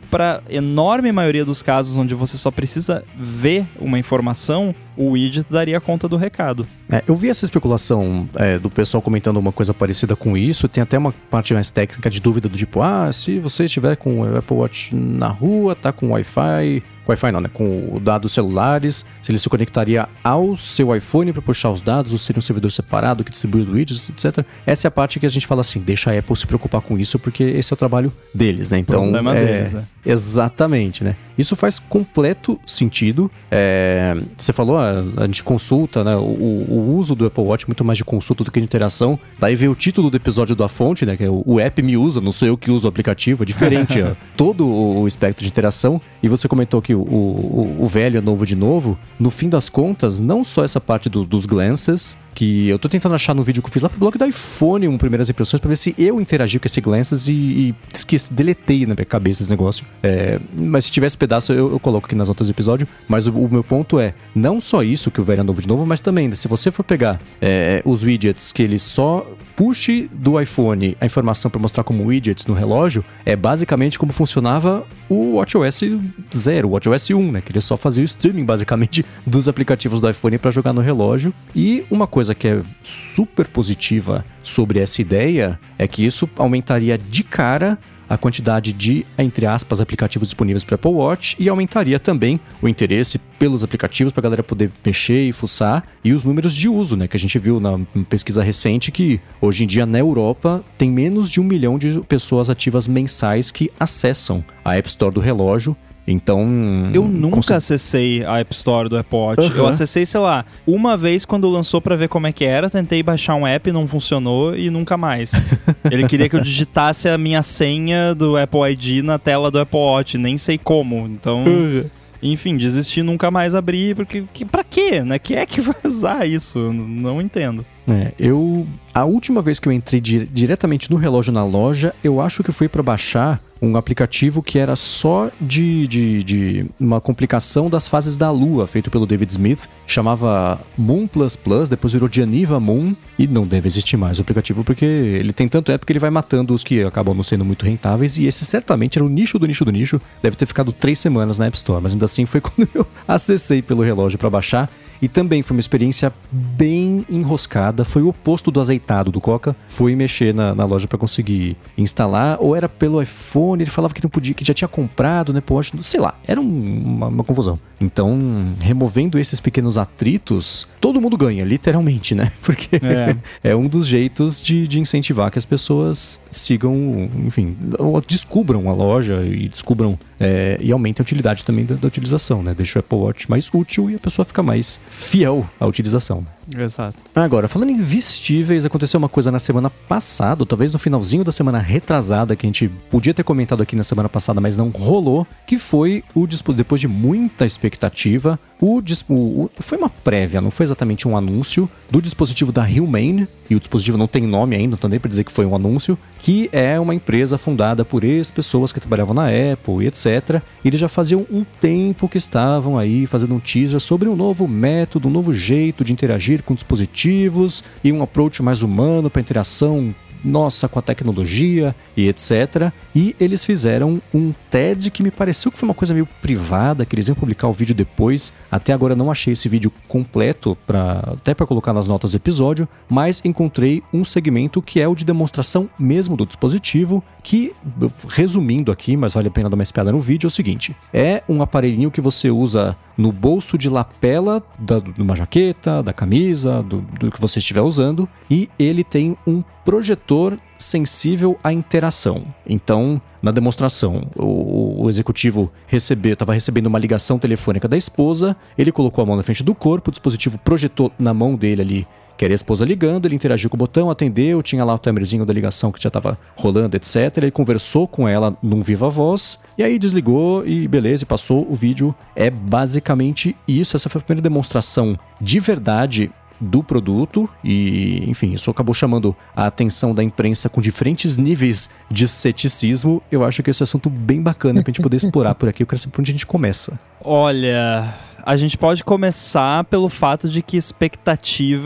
para enorme maioria dos casos onde você só precisa ver uma informação, o widget daria conta do recado. É, eu vi essa especulação é, do pessoal comentando uma coisa parecida com isso. Tem até uma parte mais técnica de dúvida do tipo, ah, se você estiver com o Apple Watch na rua, tá com Wi-Fi... Wi-Fi não, né? Com dados celulares, se ele se conectaria ao seu iPhone para puxar os dados, ou seria um servidor separado que distribui os widgets, etcétera. Essa é a parte que a gente fala assim, deixa a Apple se preocupar com isso, porque esse é o trabalho deles, né? Então, problema é, deles, né? Exatamente, né? Isso faz completo sentido. É, você falou, a, a gente consulta, né? O, o uso do Apple Watch muito mais de consulta do que de interação. Daí veio o título do episódio da fonte, né? Que é o, o app me usa, não sou eu que uso o aplicativo, é diferente ó, todo o espectro de interação. E você comentou que o, o, o velho é novo de novo. No fim das contas, não só essa parte do, dos glances, que eu tô tentando achar no vídeo que eu fiz lá pro blog do iPhone, um primeiras impressões, pra ver se eu interagi com esse glances e, e esqueci, deletei na minha cabeça esse negócio. É, mas se tivesse pedaço, eu, eu coloco aqui nas notas do episódio. Mas o, o meu ponto é, não só isso, que o velho é novo de novo, mas também, se você for pegar é, os widgets que ele só puxe do iPhone a informação para mostrar como widgets no relógio, é basicamente como funcionava o WatchOS zero, o WatchOS um, né? Que ele só fazia o streaming, basicamente, dos aplicativos do iPhone para jogar no relógio. E uma coisa que é super positiva sobre essa ideia é que isso aumentaria de cara a quantidade de, entre aspas, aplicativos disponíveis para Apple Watch e aumentaria também o interesse pelos aplicativos para a galera poder mexer e fuçar e os números de uso, né? Que a gente viu na pesquisa recente que hoje em dia na Europa tem menos de um milhão de pessoas ativas mensais que acessam a App Store do relógio. Então... Eu nunca consegui... acessei a App Store do Apple Watch. Uhum. Eu acessei, sei lá, uma vez quando lançou pra ver como é que era, tentei baixar um app, não funcionou e nunca mais. Ele queria que eu digitasse a minha senha do Apple I D na tela do Apple Watch, nem sei como. Então... Uhum. Enfim, desisti, nunca mais abri, porque que, pra quê, né? Quem é que vai usar isso? Não entendo. É, eu... A última vez que eu entrei di- diretamente no relógio na loja, eu acho que foi pra baixar um aplicativo que era só de, de, de uma complicação das fases da Lua, feito pelo David Smith, chamava Moon Plus Plus, depois virou Geneva Moon, e não deve existir mais o aplicativo, porque ele tem tanto app que ele vai matando os que acabam não sendo muito rentáveis, e esse certamente era o nicho do nicho do nicho, deve ter ficado três semanas na App Store, mas ainda assim foi quando eu acessei pelo relógio para baixar. E também foi uma experiência bem enroscada. Foi o oposto do azeitado do Coca. Fui mexer na, na loja para conseguir instalar. Ou era pelo iPhone. Ele falava que não podia, que já tinha comprado, né? Pô, sei lá. Era um, uma, uma confusão. Então, removendo esses pequenos atritos, todo mundo ganha, literalmente, né? Porque é, é um dos jeitos de, de incentivar que as pessoas sigam, enfim, descubram a loja e descubram é, e aumentem a utilidade também da, da utilização, né? Deixa o Apple Watch mais útil e a pessoa fica mais fiel à utilização. Exato. Agora, falando em vestíveis, aconteceu uma coisa na semana passada, ou talvez no finalzinho da semana retrasada, que a gente podia ter comentado aqui na semana passada, mas não rolou, que foi o depois de muita expectativa, o, o foi uma prévia, não foi exatamente um anúncio do dispositivo da Humane, e o dispositivo não tem nome ainda, então nem para dizer que foi um anúncio, que é uma empresa fundada por ex-pessoas que trabalhavam na Apple e etcétera. E eles já faziam um tempo que estavam aí fazendo um teaser sobre um novo método, um novo jeito de interagir com dispositivos e um approach mais humano para interação nossa com a tecnologia e etcétera. E eles fizeram um TED que me pareceu que foi uma coisa meio privada, que eles iam publicar o vídeo depois. Até agora não achei esse vídeo completo, pra, até para colocar nas notas do episódio, mas encontrei um segmento que é o de demonstração mesmo do dispositivo, que, resumindo aqui, mas vale a pena dar uma espiada no vídeo, é o seguinte: é um aparelhinho que você usa no bolso de lapela da, de uma jaqueta, da camisa, do, do que você estiver usando, e ele tem um projetor sensível à interação. Então, na demonstração, o, o executivo recebeu, estava recebendo uma ligação telefônica da esposa, ele colocou a mão na frente do corpo, o dispositivo projetou na mão dele ali, que era a esposa ligando, ele interagiu com o botão, atendeu, tinha lá o timerzinho da ligação que já estava rolando, etcétera. Ele conversou com ela num viva voz, e aí desligou e beleza, e passou o vídeo. É basicamente isso, essa foi a primeira demonstração de verdade do produto e, enfim, isso acabou chamando a atenção da imprensa com diferentes níveis de ceticismo. Eu acho que esse é um assunto bem bacana pra gente poder explorar por aqui. Eu quero saber por onde a gente começa. Olha, a gente pode começar pelo fato de que expectativa é um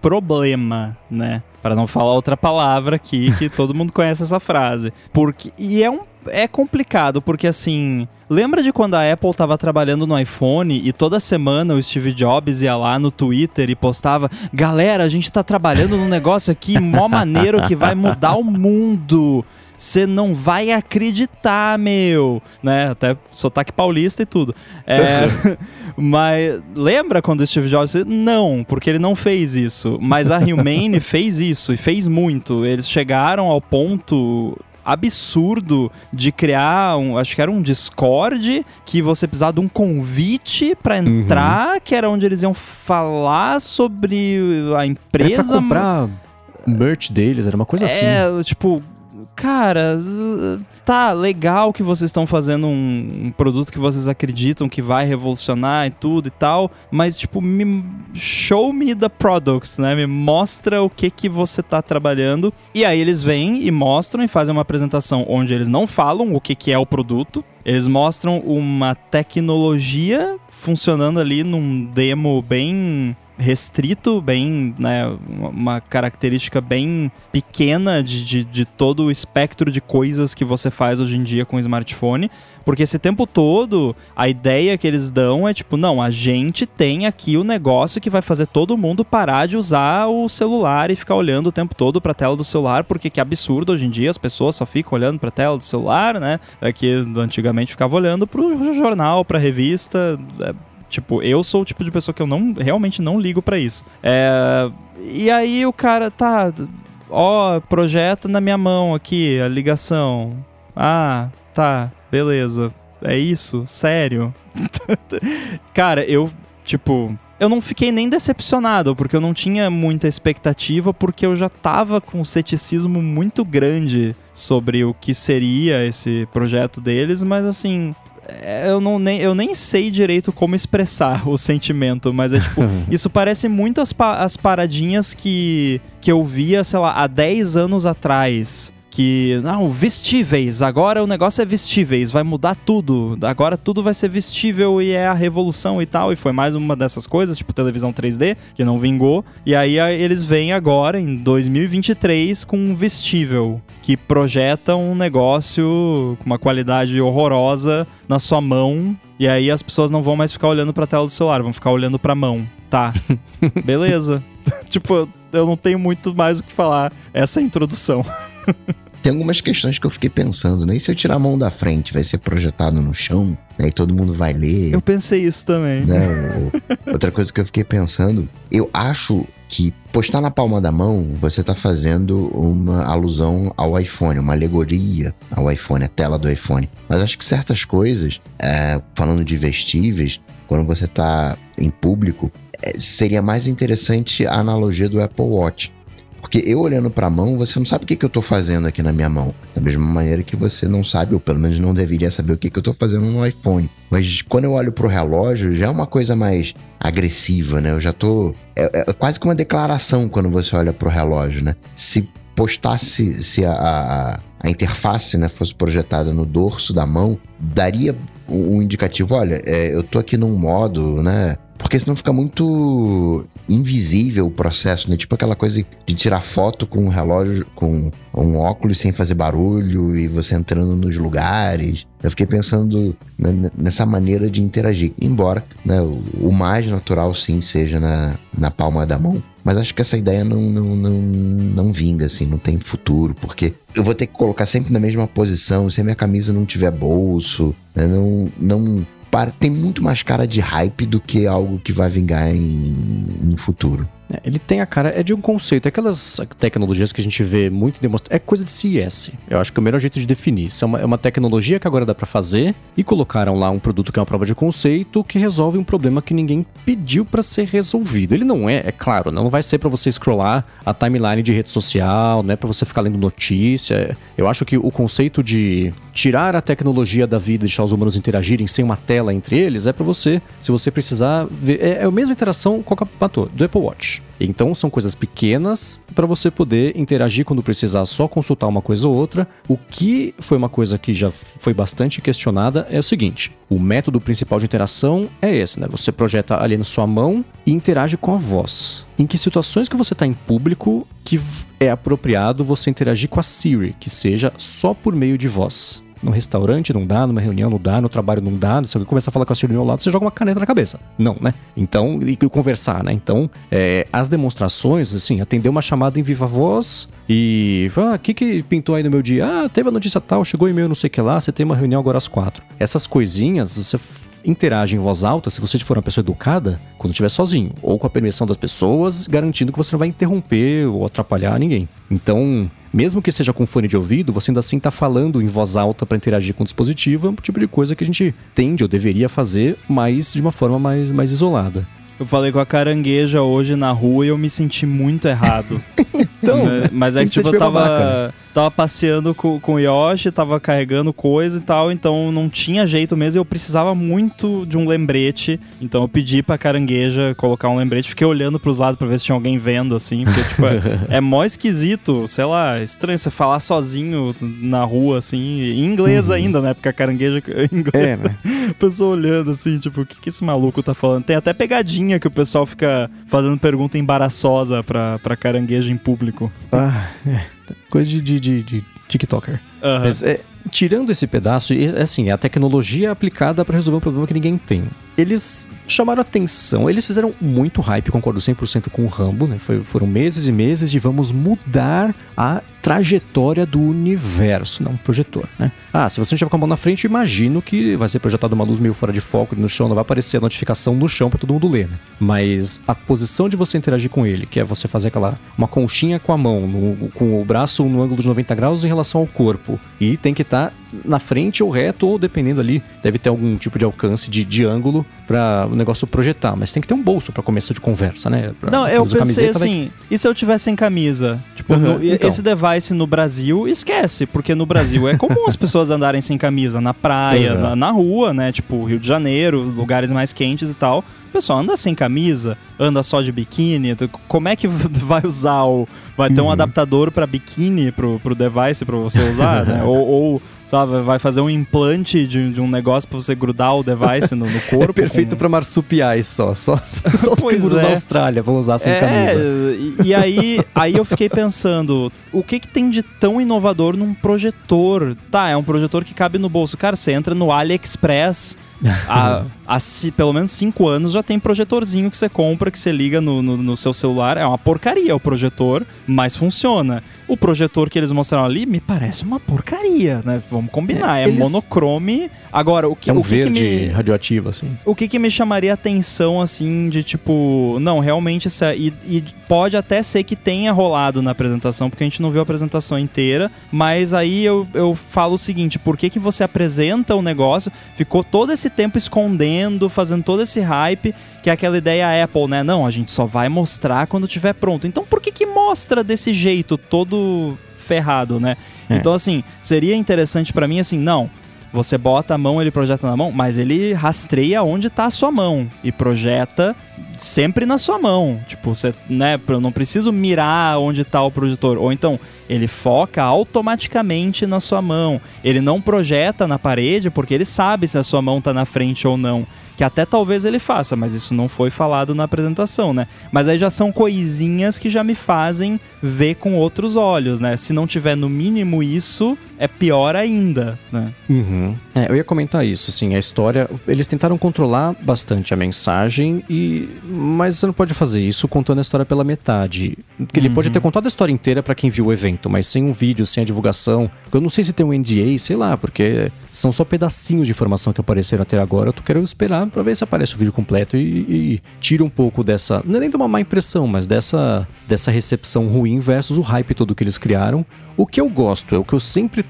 problema, né? Para não falar outra palavra aqui, que todo mundo conhece essa frase. Porque, e é, um, é complicado, porque assim... Lembra de quando a Apple tava trabalhando no iPhone e toda semana o Steve Jobs ia lá no Twitter e postava: galera, a gente tá trabalhando num negócio aqui mó maneiro que vai mudar o mundo. Você não vai acreditar, meu. Né? Até sotaque paulista e tudo. É, mas lembra quando o Steve Jobs... Não, porque ele não fez isso. Mas a Humane fez isso, e fez muito. Eles chegaram ao ponto... absurdo de criar, um, acho que era um Discord, que você precisava de um convite pra entrar, uhum. que era onde eles iam falar sobre a empresa. Era pra comprar merch deles, era uma coisa assim. É, tipo... Cara, tá legal que vocês estão fazendo um, um produto que vocês acreditam que vai revolucionar e tudo e tal, mas tipo, me, show me the products, né? Me mostra o que que você tá trabalhando. E aí eles vêm e mostram e fazem uma apresentação onde eles não falam o que que é o produto. Eles mostram uma tecnologia funcionando ali num demo bem... restrito, bem, né, uma característica bem pequena de, de, de todo o espectro de coisas que você faz hoje em dia com o smartphone, porque esse tempo todo, a ideia que eles dão é tipo, não, a gente tem aqui o negócio que vai fazer todo mundo parar de usar o celular e ficar olhando o tempo todo pra tela do celular, porque que absurdo hoje em dia, as pessoas só ficam olhando pra tela do celular, né, é que antigamente ficava olhando pro jornal, pra revista, é, tipo, eu sou o tipo de pessoa que eu não, realmente não ligo pra isso. É, e aí o cara, tá, ó, projeta na minha mão aqui a ligação. Ah, tá, beleza. É isso? Sério? Cara, eu, tipo... Eu não fiquei nem decepcionado, porque eu não tinha muita expectativa, porque eu já tava com um ceticismo muito grande sobre o que seria esse projeto deles, mas assim... Eu, não, nem, eu nem sei direito como expressar o sentimento, mas é tipo, isso parece muito as, pa- as paradinhas que, que eu via, sei lá, há dez anos atrás. Que, não, vestíveis, agora o negócio é vestíveis, vai mudar tudo, agora tudo vai ser vestível e é a revolução e tal, e foi mais uma dessas coisas, tipo televisão três D, que não vingou, e aí eles vêm agora, em dois mil e vinte e três, com um vestível, que projeta um negócio com uma qualidade horrorosa na sua mão, e aí as pessoas não vão mais ficar olhando pra tela do celular, vão ficar olhando pra mão. Tá, beleza. Tipo, eu não tenho muito mais o que falar, essa é a introdução. Tem algumas questões que eu fiquei pensando, né? E se eu tirar a mão da frente, vai ser projetado no chão, né? E todo mundo vai ler. Eu pensei isso também. Né? Outra coisa que eu fiquei pensando, eu acho que postar na palma da mão, você tá fazendo uma alusão ao iPhone, uma alegoria ao iPhone, a tela do iPhone. Mas acho que certas coisas, é, falando de vestíveis, quando você tá em público, é, seria mais interessante a analogia do Apple Watch. Porque eu olhando pra mão, você não sabe o que, que eu tô fazendo aqui na minha mão. Da mesma maneira que você não sabe, ou pelo menos não deveria saber o que, que eu tô fazendo no iPhone. Mas quando eu olho pro relógio, já é uma coisa mais agressiva, né? Eu já tô... É, é quase que uma declaração quando você olha pro relógio, né? Se postasse, se a, a, a interface, né, fosse projetada no dorso da mão, daria um, um indicativo, olha, é, eu tô aqui num modo, né... Porque senão fica muito invisível o processo, né? Tipo aquela coisa de tirar foto com um relógio, com um óculos sem fazer barulho e você entrando nos lugares. Eu fiquei pensando né, nessa maneira de interagir. Embora né, o, o mais natural, sim, seja na, na palma da mão. Mas acho que essa ideia não, não, não, não vinga, assim, não tem futuro. Porque eu vou ter que colocar sempre na mesma posição, se a minha camisa não tiver bolso, né? Não... não Para, tem muito mais cara de hype do que algo que vai vingar em, em futuro. É, ele tem a cara, é de um conceito, aquelas tecnologias que a gente vê muito demonstrado, é coisa de C E S. Eu acho que é o melhor jeito de definir. Isso é uma, é uma tecnologia que agora dá pra fazer e colocaram lá um produto que é uma prova de conceito que resolve um problema que ninguém pediu pra ser resolvido. Ele não é, é claro, não vai ser pra você scrollar a timeline de rede social, não é pra você ficar lendo notícia. Eu acho que o conceito de tirar a tecnologia da vida e deixar os humanos interagirem sem uma tela entre eles é pra você, se você precisar ver, é, é a mesma interação com a do Apple Watch. hoje. Então são coisas pequenas para você poder interagir quando precisar, só consultar uma coisa ou outra. O que foi uma coisa que já foi bastante questionada é o seguinte: o método principal de interação é esse, né? Você projeta ali na sua mão e interage com a voz. Em que situações que você está em público que é apropriado você interagir com a Siri, que seja só por meio de voz? No restaurante não dá, numa reunião não dá, no trabalho não dá. Se alguém começar a falar com a Siri ao lado, você joga uma caneta na cabeça. Não, né? Então, e conversar, né? Então, é, as demonstrações, assim, atender uma chamada em viva voz e... Ah, o que que pintou aí no meu dia? Ah, teve a notícia tal, chegou o e-mail não sei o que lá, você tem uma reunião agora às quatro. Essas coisinhas, você interage em voz alta, se você for uma pessoa educada, quando estiver sozinho, ou com a permissão das pessoas, garantindo que você não vai interromper ou atrapalhar ninguém. Então, mesmo que seja com fone de ouvido, você ainda assim está falando em voz alta para interagir com o dispositivo, é um tipo de coisa que a gente tende ou deveria fazer, mas de uma forma mais, mais isolada. Eu falei com a Carangueja hoje na rua e eu me senti muito errado. Então, mas é que tipo, eu tava, tava passeando com, com o Yoshi, tava carregando coisa e tal, então não tinha jeito mesmo, eu precisava muito de um lembrete, então eu pedi pra Carangueja colocar um lembrete, fiquei olhando pros lados pra ver se tinha alguém vendo, assim, porque tipo, é, é mó esquisito, sei lá, estranho você falar sozinho na rua, assim, em inglês uhum. ainda, né, porque a Carangueja em inglês, é, né? A pessoa olhando assim, tipo, o que, que esse maluco tá falando? Tem até pegadinha que o pessoal fica fazendo pergunta embaraçosa pra, pra Carangueja em público. Ah, é. Coisa de, de, de, de TikToker. Uhum. Mas, é, tirando esse pedaço, é assim, a tecnologia aplicada para resolver um problema que ninguém tem. Eles chamaram atenção, eles fizeram muito hype, concordo cem por cento com o Rambo, né? Foi, foram meses e meses de vamos mudar a trajetória do universo, não um projetor, né? Ah, se você não estiver com a mão na frente, eu imagino que vai ser projetada uma luz meio fora de foco no chão, não vai aparecer a notificação no chão para todo mundo ler, né? Mas a posição de você interagir com ele, que é você fazer aquela, uma conchinha com a mão, no, com o braço no ângulo de noventa graus em relação ao corpo, e tem que estar na frente ou reto, ou dependendo ali, deve ter algum tipo de alcance de, de ângulo para o negócio projetar, mas tem que ter um bolso para começo de conversa, né? Pra, não, eu pensei assim, vai... e se eu tivesse sem camisa? Tipo, uhum, no, então. Esse device no Brasil, esquece, porque no Brasil é comum as pessoas andarem sem camisa, na praia, uhum. na, na rua, né? Tipo, Rio de Janeiro, lugares mais quentes e tal. O pessoal anda sem camisa, anda só de biquíni. Como é que vai usar o... Vai ter um uhum. adaptador para biquíni pro, pro device para você usar, né? ou... ou sabe, vai fazer um implante de, de um negócio pra você grudar o device no, no corpo. É perfeito com... pra marsupiais só. Só, só os cangurus é. da Austrália vão usar sem é, camisa. E, e aí, aí eu fiquei pensando, o que que tem de tão inovador num projetor? Tá, é um projetor que cabe no bolso. Cara, você entra no AliExpress... há, há pelo menos cinco anos já tem projetorzinho que você compra, que você liga no, no, no seu celular. É uma porcaria o projetor, mas funciona. O projetor que eles mostraram ali me parece uma porcaria, né? Vamos combinar, é, é eles... monochrome. Agora, o que, é um o que verde que me... radioativo, assim. O que que me chamaria atenção, assim, de tipo... Não, realmente isso é... E, e pode até ser que tenha rolado na apresentação, porque a gente não viu a apresentação inteira, mas aí eu, eu falo o seguinte, por que que você apresenta o negócio, ficou todo esse tempo escondendo, fazendo todo esse hype, que é aquela ideia Apple, né? Não, a gente só vai mostrar quando tiver pronto. Então por que que mostra desse jeito, todo ferrado, né? É. Então, assim, seria interessante pra mim, assim, não... Você bota a mão, ele projeta na mão, mas ele rastreia onde tá a sua mão e projeta sempre na sua mão. Tipo, você, né, eu não preciso mirar onde tá o projetor. Ou então, ele foca automaticamente na sua mão. Ele não projeta na parede porque ele sabe se a sua mão tá na frente ou não. Que até talvez ele faça, mas isso não foi falado na apresentação, né? Mas aí já são coisinhas que já me fazem ver com outros olhos, né? Se não tiver no mínimo isso, é pior ainda, né? Uhum. É, eu ia comentar isso, assim, a história... Eles tentaram controlar bastante a mensagem, e mas você não pode fazer isso contando a história pela metade. Ele uhum. pode ter contado a história inteira pra quem viu o evento, mas sem um vídeo, sem a divulgação. Eu não sei se tem um N D A, sei lá, porque são só pedacinhos de informação que apareceram até agora. Eu quero esperar pra ver se aparece o vídeo completo e, e tira um pouco dessa... Não é nem de uma má impressão, mas dessa, dessa recepção ruim versus o hype todo que eles criaram. O que eu gosto, é o que eu sempre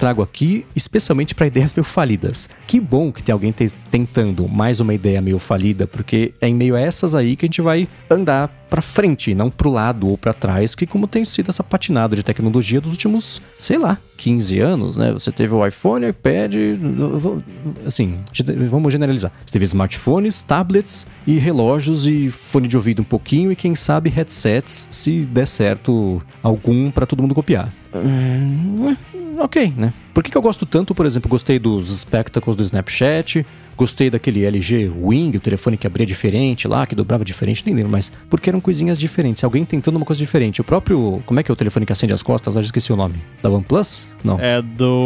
trago aqui especialmente para ideias meio falidas. Que bom que tem alguém te- tentando mais uma ideia meio falida, porque é em meio a essas aí que a gente vai andar para frente, não pro lado ou para trás, que como tem sido essa patinada de tecnologia dos últimos, sei lá, quinze anos, né? Você teve o iPhone, iPad, assim, vamos generalizar. Você teve smartphones, tablets e relógios e fone de ouvido um pouquinho e quem sabe headsets, se der certo algum para todo mundo copiar. Hum, ok, né? Por que que eu gosto tanto, por exemplo, gostei dos Spectacles do Snapchat, gostei daquele L G Wing, o telefone que abria diferente lá, que dobrava diferente, nem lembro mais, porque eram coisinhas diferentes, alguém tentando uma coisa diferente. O próprio, como é que é o telefone que acende as costas? Eu já esqueci o nome. Da OnePlus? Não. É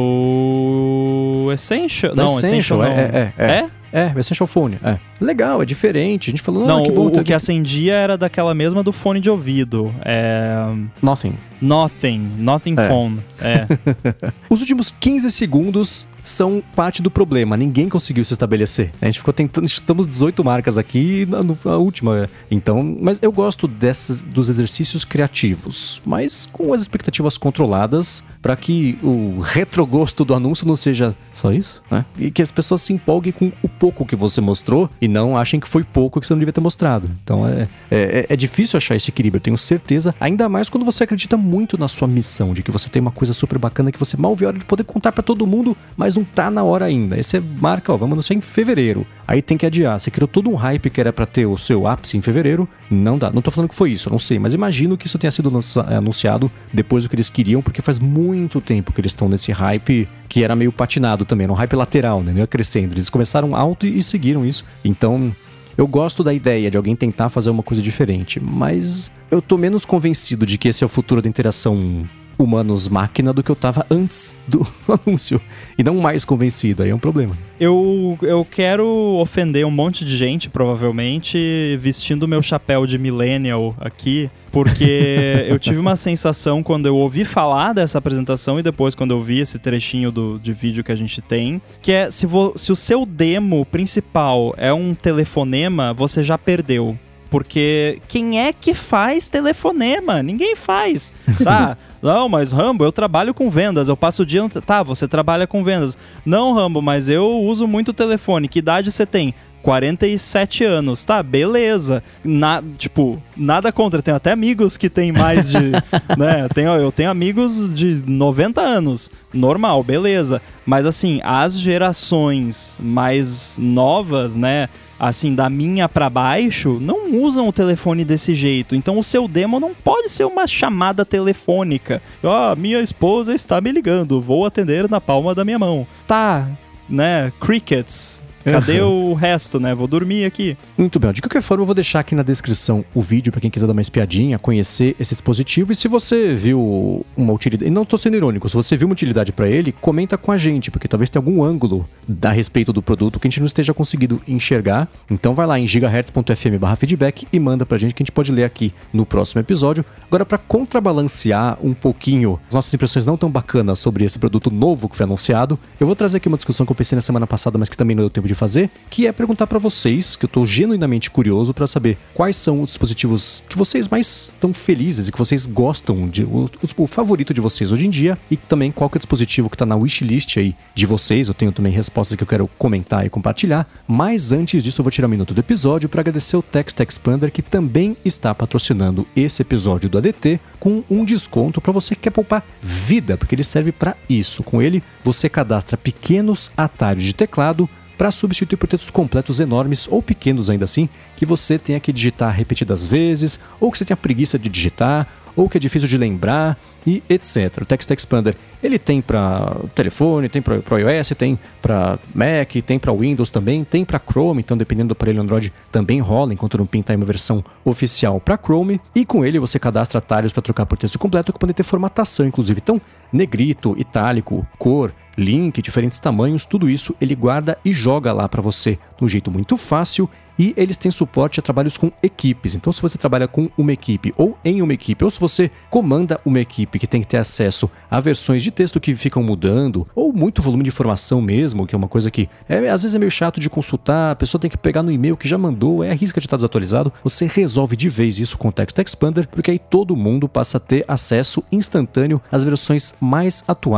do Essential? Da Não, Essential, Essential não. é, é, é. É? É, o Essential Phone, é. Legal, é diferente. A gente falou, Não, ah, que bom. o, tem o que acendia era daquela mesma do fone de ouvido. É... Nothing. Nothing. Nothing É. Phone. É. Os últimos quinze segundos são parte do problema. Ninguém conseguiu se estabelecer. A gente ficou tentando, estamos dezoito marcas aqui na, no- na última. Então, mas eu gosto dessas, dos exercícios criativos, mas com as expectativas controladas para que o retrogosto do anúncio não seja só isso, né? E que as pessoas se empolguem com o pouco que você mostrou e não achem que foi pouco que você não devia ter mostrado. Então é, é, é difícil achar esse equilíbrio, eu tenho certeza, ainda mais quando você acredita muito na sua missão, de que você tem uma coisa super bacana que você mal vê a hora de poder contar pra todo mundo, mas não tá na hora ainda. Aí você marca, ó, vamos anunciar em fevereiro. Aí tem que adiar. Você criou todo um hype que era pra ter o seu ápice em fevereiro, não dá. Não tô falando que foi isso, eu não sei, mas imagino que isso tenha sido lança- anunciado depois do que eles queriam, porque faz muito tempo que eles estão nesse hype que era meio patinado também, era um hype lateral, né? Não ia crescendo. Eles começaram alto e, e seguiram isso. Então, eu gosto da ideia de alguém tentar fazer uma coisa diferente, mas eu tô menos convencido de que esse é o futuro da interação humanos-máquina do que eu tava antes do anúncio. E não mais convencido, aí é um problema. Eu, eu quero ofender um monte de gente, provavelmente, vestindo o meu chapéu de millennial aqui, porque eu tive uma sensação quando eu ouvi falar dessa apresentação e depois quando eu vi esse trechinho do, de vídeo que a gente tem, que é, se, vo, se o seu demo principal é um telefonema, você já perdeu. Porque quem é que faz telefonema? Ninguém faz, tá? Não, mas Rambo, eu trabalho com vendas, eu passo o dia... No... Tá, você trabalha com vendas. Não, Rambo, mas eu uso muito telefone. Que idade você tem? quarenta e sete anos, tá, beleza. Na, tipo, nada contra, tenho até amigos que têm mais de, né, tenho, eu tenho amigos de noventa anos, normal, beleza. Mas assim, as gerações mais novas, né, assim, da minha pra baixo, não usam o telefone desse jeito. Então o seu demo não pode ser uma chamada telefônica. Ó, oh, minha esposa está me ligando, vou atender na palma da minha mão. Tá, né, crickets... Cadê uhum. o resto, né? Vou dormir aqui. Muito bem. De qualquer forma, eu vou deixar aqui na descrição o vídeo para quem quiser dar uma espiadinha, conhecer esse dispositivo. E se você viu uma utilidade... E não tô sendo irônico. Se você viu uma utilidade para ele, comenta com a gente, porque talvez tenha algum ângulo a respeito do produto que a gente não esteja conseguindo enxergar. Então vai lá em gigahertz ponto f m barra feedback e manda pra gente que a gente pode ler aqui no próximo episódio. Agora, para contrabalancear um pouquinho as nossas impressões não tão bacanas sobre esse produto novo que foi anunciado, eu vou trazer aqui uma discussão que eu pensei na semana passada, mas que também não deu tempo de fazer, que é perguntar para vocês, que eu tô genuinamente curioso para saber quais são os dispositivos que vocês mais estão felizes e que vocês gostam, de, o, o favorito de vocês hoje em dia, e também qual que é o dispositivo que tá na wishlist aí de vocês. Eu tenho também respostas que eu quero comentar e compartilhar, mas antes disso eu vou tirar um minuto do episódio para agradecer o Text Expander, que também está patrocinando esse episódio do A D T com um desconto para você que quer poupar vida, porque ele serve para isso. Com ele, você cadastra pequenos atalhos de teclado para substituir por textos completos enormes ou pequenos ainda assim, que você tenha que digitar repetidas vezes, ou que você tenha preguiça de digitar, ou que é difícil de lembrar, e etcétera. O Text Expander, ele tem para telefone, tem para iOS, tem para Mac, tem para Windows também, tem para Chrome, então dependendo do aparelho Android também rola, enquanto não pinta aí uma versão oficial para Chrome, e com ele você cadastra atalhos para trocar por texto completo, que podem ter formatação, inclusive. Então, negrito, itálico, cor, link, diferentes tamanhos, tudo isso ele guarda e joga lá para você de um jeito muito fácil. E eles têm suporte a trabalhos com equipes. Então, se você trabalha com uma equipe ou em uma equipe, ou se você comanda uma equipe que tem que ter acesso a versões de texto que ficam mudando, ou muito volume de informação mesmo, que é uma coisa que é, às vezes é meio chato de consultar, a pessoa tem que pegar no e-mail que já mandou, é arrisca de estar desatualizado, você resolve de vez isso com o Text Expander, porque aí todo mundo passa a ter acesso instantâneo às versões mais atuais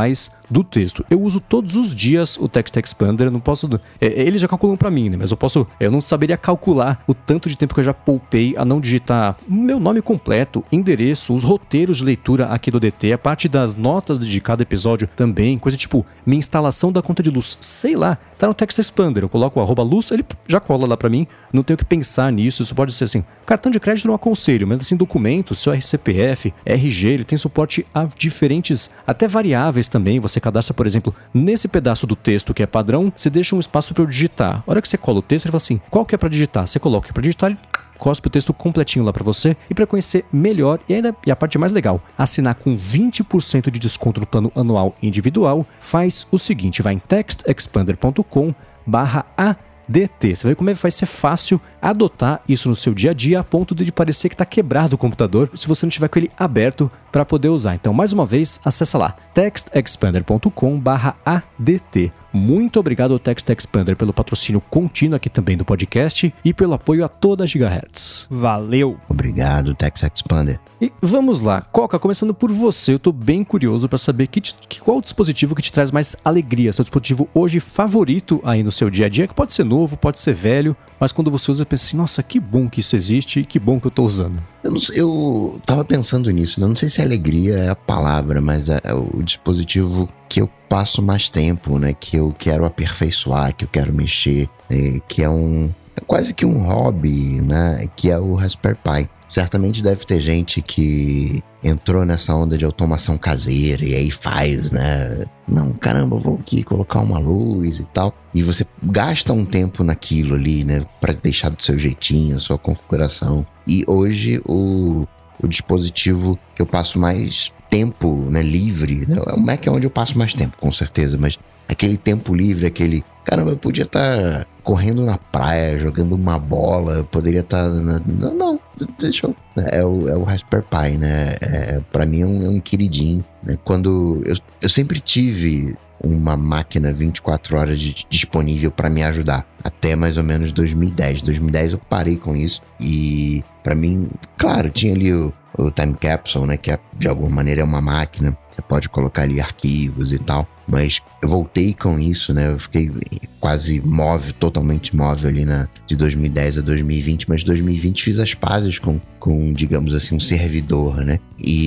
do texto. Eu uso todos os dias o Text Expander, eu não posso... É, eles já calculam pra mim, né? Mas eu posso... Eu não saberia calcular o tanto de tempo que eu já poupei a não digitar meu nome completo, endereço, os roteiros de leitura aqui do D T, a parte das notas de cada episódio também, coisa tipo minha instalação da conta de luz, sei lá, tá no Text Expander, eu coloco o arroba luz, ele já cola lá pra mim, não tenho que pensar nisso, isso pode ser assim, cartão de crédito não aconselho, mas assim, documentos, seu C P F, R G, ele tem suporte a diferentes, até variáveis também, você cadastra, por exemplo, nesse pedaço do texto que é padrão, você deixa um espaço para eu digitar, a hora que você cola o texto, ele fala assim, qual que é para digitar? Você coloca para digitar, ele cospe o texto completinho lá para você, e para conhecer melhor, e ainda e a parte mais legal, assinar com vinte por cento de desconto no plano anual individual, faz o seguinte, vai em textexpander ponto com barra A D T. Você vai ver como é que vai ser fácil adotar isso no seu dia a dia a ponto de parecer que está quebrado o computador se você não tiver com ele aberto para poder usar. Então, mais uma vez, acessa lá textexpander ponto com barra A D T. Muito obrigado ao Text Expander pelo patrocínio contínuo aqui também do podcast e pelo apoio a toda a Gigahertz. Valeu! Obrigado, Text Expander. E vamos lá, Coca, começando por você, eu tô bem curioso para saber que, que, qual o dispositivo que te traz mais alegria, seu dispositivo hoje favorito aí no seu dia a dia, que pode ser novo, pode ser velho, mas quando você usa, pensa assim, nossa, que bom que isso existe e que bom que eu tô usando. Eu, não sei, eu tava pensando nisso, né? Não sei se alegria é a palavra, mas é, é o dispositivo que eu passo mais tempo, né? Que eu quero aperfeiçoar, que eu quero mexer, é, que é um... É quase que um hobby, né? Que é o Raspberry Pi. Certamente deve ter gente que entrou nessa onda de automação caseira e aí faz, né? Não, caramba, eu vou aqui colocar uma luz e tal. E você gasta um tempo naquilo ali, né? Pra deixar do seu jeitinho, a sua configuração. E hoje o, o dispositivo que eu passo mais tempo, né, livre, né? O Mac é onde eu passo mais tempo, com certeza, mas aquele tempo livre, aquele... Caramba, eu podia estar tá correndo na praia, jogando uma bola, eu poderia estar... Tá na... Não, não, deixa eu... É o, é o Raspberry Pi, né? É, pra mim é um, é um queridinho, né? Quando... Eu, eu sempre tive uma máquina vinte e quatro horas de, disponível para me ajudar, até mais ou menos dois mil e dez. dois mil e dez eu parei com isso e para mim, claro, tinha ali o, o Time Capsule, né, que é, de alguma maneira é uma máquina, você pode colocar ali arquivos e tal, mas eu voltei com isso, né, eu fiquei quase móvel, totalmente móvel ali na, de dois mil e dez a dois mil e vinte, mas dois mil e vinte fiz as pazes com, com digamos assim, um servidor, né,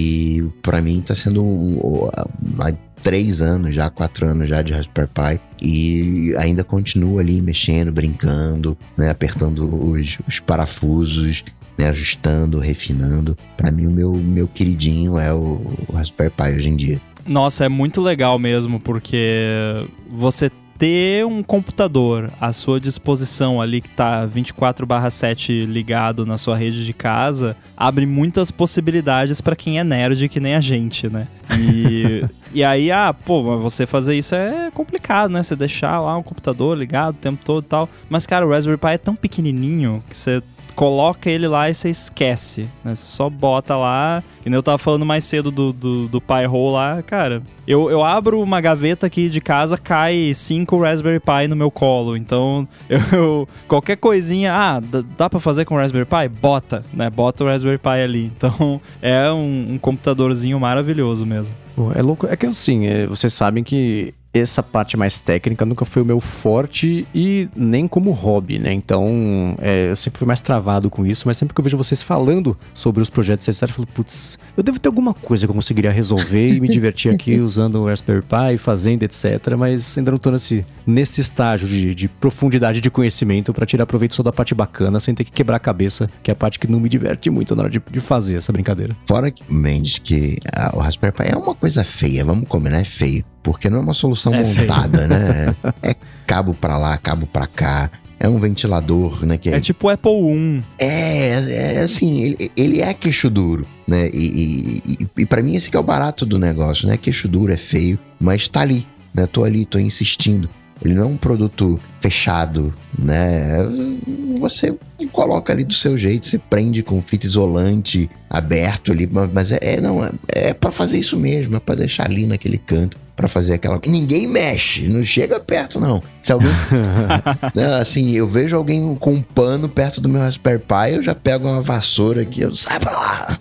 e para mim tá sendo um, uma três anos já, quatro anos já de Raspberry Pi e ainda continuo ali mexendo, brincando, né, apertando os, os parafusos, né, ajustando, refinando. Para mim o meu, meu queridinho é o, o Raspberry Pi hoje em dia. Nossa, é muito legal mesmo, porque você ter um computador à sua disposição ali que tá vinte e quatro barra sete ligado na sua rede de casa, abre muitas possibilidades para quem é nerd que nem a gente, né? E, e aí, ah, pô, você fazer isso é complicado, né? Você deixar lá um computador ligado o tempo todo e tal. Mas, cara, o Raspberry Pi é tão pequenininho que você coloca ele lá e você esquece, né? Você só bota lá, que nem eu tava falando mais cedo do, do, do Pi-hole lá, cara. Eu, eu abro uma gaveta aqui de casa, cai cinco Raspberry Pi no meu colo, então eu, eu qualquer coisinha, ah, dá, dá pra fazer com o Raspberry Pi? Bota, né? Bota o Raspberry Pi ali. Então é um, um computadorzinho maravilhoso mesmo. Pô, é louco, é que assim, é, vocês sabem que essa parte mais técnica nunca foi o meu forte e nem como hobby, né? Então, é, eu sempre fui mais travado com isso, mas sempre que eu vejo vocês falando sobre os projetos necessários, eu falo, putz, eu devo ter alguma coisa que eu conseguiria resolver e me divertir aqui usando o Raspberry Pi, fazendo, etcétera. Mas ainda não tô nesse, nesse estágio de, de profundidade de conhecimento para tirar proveito só da parte bacana, sem ter que quebrar a cabeça, que é a parte que não me diverte muito na hora de, de fazer essa brincadeira. Fora que, Mendes, que a, o Raspberry Pi é uma coisa feia, vamos combinar, é feio. Porque não é uma solução é montada, feio. Né? É cabo pra lá, cabo pra cá. É um ventilador, né? Que é, é tipo o Apple um. É, é assim, ele, ele é queixo duro, né? E, e, e, e pra mim esse que é o barato do negócio, né? Queixo duro, é feio, mas tá ali, né? Tô ali, tô insistindo. Ele não é um produto fechado, né? Você coloca ali do seu jeito, você prende com fita isolante aberto ali, mas é, é não, é, é para fazer isso mesmo, é para deixar ali naquele canto, pra fazer aquela... Ninguém mexe, não chega perto, não. Se alguém... assim, eu vejo alguém com um pano perto do meu Raspberry Pi, eu já pego uma vassoura aqui, eu sai pra lá.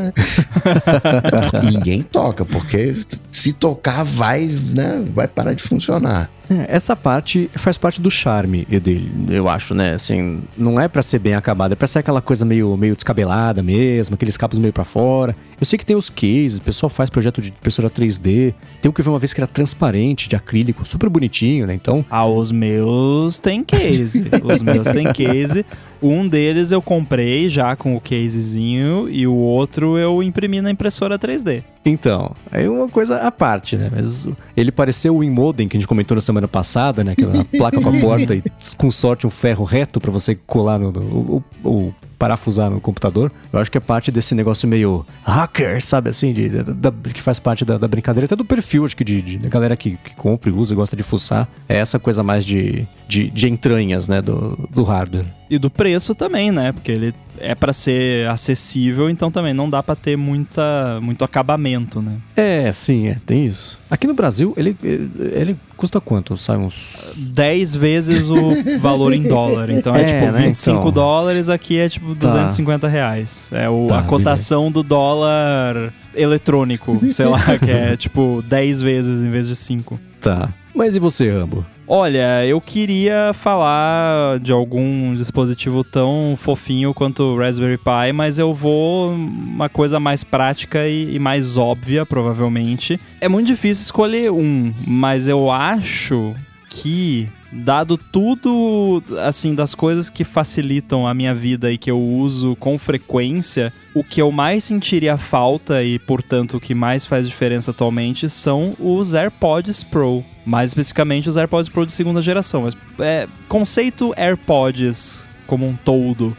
Ninguém toca, porque se tocar vai, né, vai parar de funcionar. Essa parte faz parte do charme dele, eu acho, né? Assim, não é pra ser bem acabado, é pra ser aquela coisa meio, meio descabelada mesmo, aqueles cabos meio pra fora. Eu sei que tem os cases, o pessoal faz projeto de impressora três D. Tem um que eu vi uma vez que era transparente, de acrílico, super bonitinho, né? Então... Ah, os meus tem case. Os meus tem case. Um deles eu comprei já com o casezinho e o outro eu imprimi na impressora três D. Então, aí uma coisa à parte, né? Mas ele pareceu o InModem que a gente comentou na semana passada, né? Aquela placa com a porta e com sorte um ferro reto pra você colar no... no o, o, parafusar no computador. Eu acho que é parte desse negócio meio hacker, sabe assim, de, de, de, que faz parte da, da brincadeira, até do perfil, acho que de, de, da galera que, que compra e usa e gosta de fuçar. É essa coisa mais de, de, de entranhas, né, do, do hardware. E do preço também, né, porque ele é pra ser acessível, então também não dá pra ter muita, muito acabamento, né. É, sim, é, tem isso. Aqui no Brasil, ele, ele, ele custa quanto? Sai uns... dez vezes o valor em dólar. Então é, é tipo vinte e cinco né? então... dólares, aqui é tipo duzentos e cinquenta tá. reais. É o, tá, a cotação beleza. Do dólar eletrônico, sei lá, que é tipo dez vezes em vez de cinco. Tá. Mas e você, Rambo? Olha, eu queria falar de algum dispositivo tão fofinho quanto o Raspberry Pi, mas eu vou uma coisa mais prática e, e mais óbvia, provavelmente. É muito difícil escolher um, mas eu acho que, dado tudo, assim, das coisas que facilitam a minha vida e que eu uso com frequência, o que eu mais sentiria falta e, portanto, o que mais faz diferença atualmente são os AirPods Pro. Mais especificamente os AirPods Pro de segunda geração. Mas, é, conceito AirPods como um todo,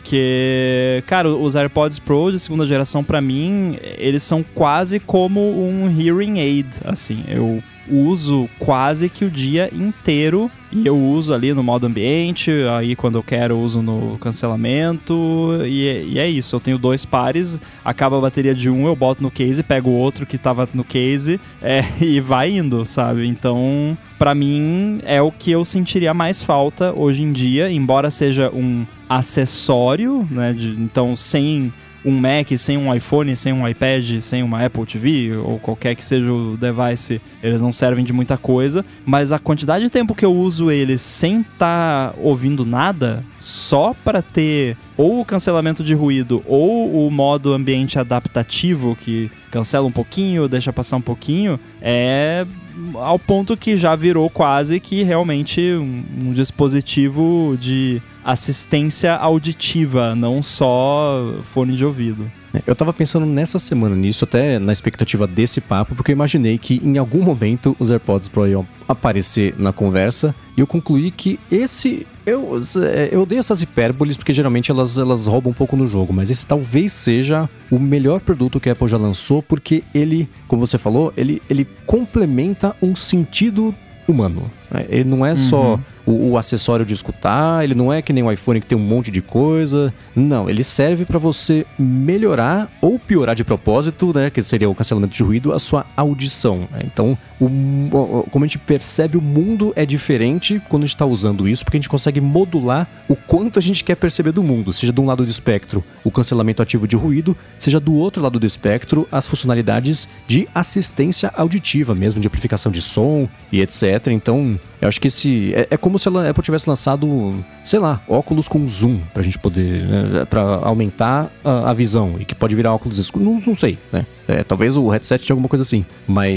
porque, cara, os AirPods Pro de segunda geração, pra mim, eles são quase como um hearing aid, assim, eu uso quase que o dia inteiro e eu uso ali no modo ambiente, aí quando eu quero eu uso no cancelamento e, e é isso, eu tenho dois pares, acaba a bateria de um, eu boto no case, pego o outro que tava no case é, e vai indo, sabe? Então, pra mim, é o que eu sentiria mais falta hoje em dia, embora seja um acessório, né, de, então sem um Mac, sem um iPhone, sem um iPad, sem uma Apple T V ou qualquer que seja o device, eles não servem de muita coisa, mas a quantidade de tempo que eu uso eles sem estar tá ouvindo nada, só para ter ou o cancelamento de ruído ou o modo ambiente adaptativo, que cancela um pouquinho, deixa passar um pouquinho, é ao ponto que já virou quase que realmente um, um dispositivo de assistência auditiva, não só fone de ouvido. Eu tava pensando nessa semana nisso, até na expectativa desse papo, porque eu imaginei que em algum momento os AirPods Pro iam aparecer na conversa, e eu concluí que esse... Eu, eu odeio essas hipérboles, porque geralmente elas, elas roubam um pouco no jogo, mas esse talvez seja o melhor produto que a Apple já lançou, porque ele, como você falou, ele, ele complementa um sentido humano. Ele não é uhum. só o, o acessório de escutar, ele não é que nem o iPhone que tem um monte de coisa. Não, ele serve para você melhorar ou piorar de propósito, né, que seria o cancelamento de ruído, a sua audição. Então, o, o, como a gente percebe, o mundo é diferente quando a gente está usando isso, porque a gente consegue modular o quanto a gente quer perceber do mundo, seja de um lado do espectro o cancelamento ativo de ruído, seja do outro lado do espectro as funcionalidades de assistência auditiva mesmo, de amplificação de som e etcétera. Então, eu acho que esse é, é como se a Apple tivesse lançado, sei lá, óculos com zoom pra gente poder, né, pra aumentar a, a visão e que pode virar óculos escuros, não, não sei, né? É, talvez o headset tenha alguma coisa assim,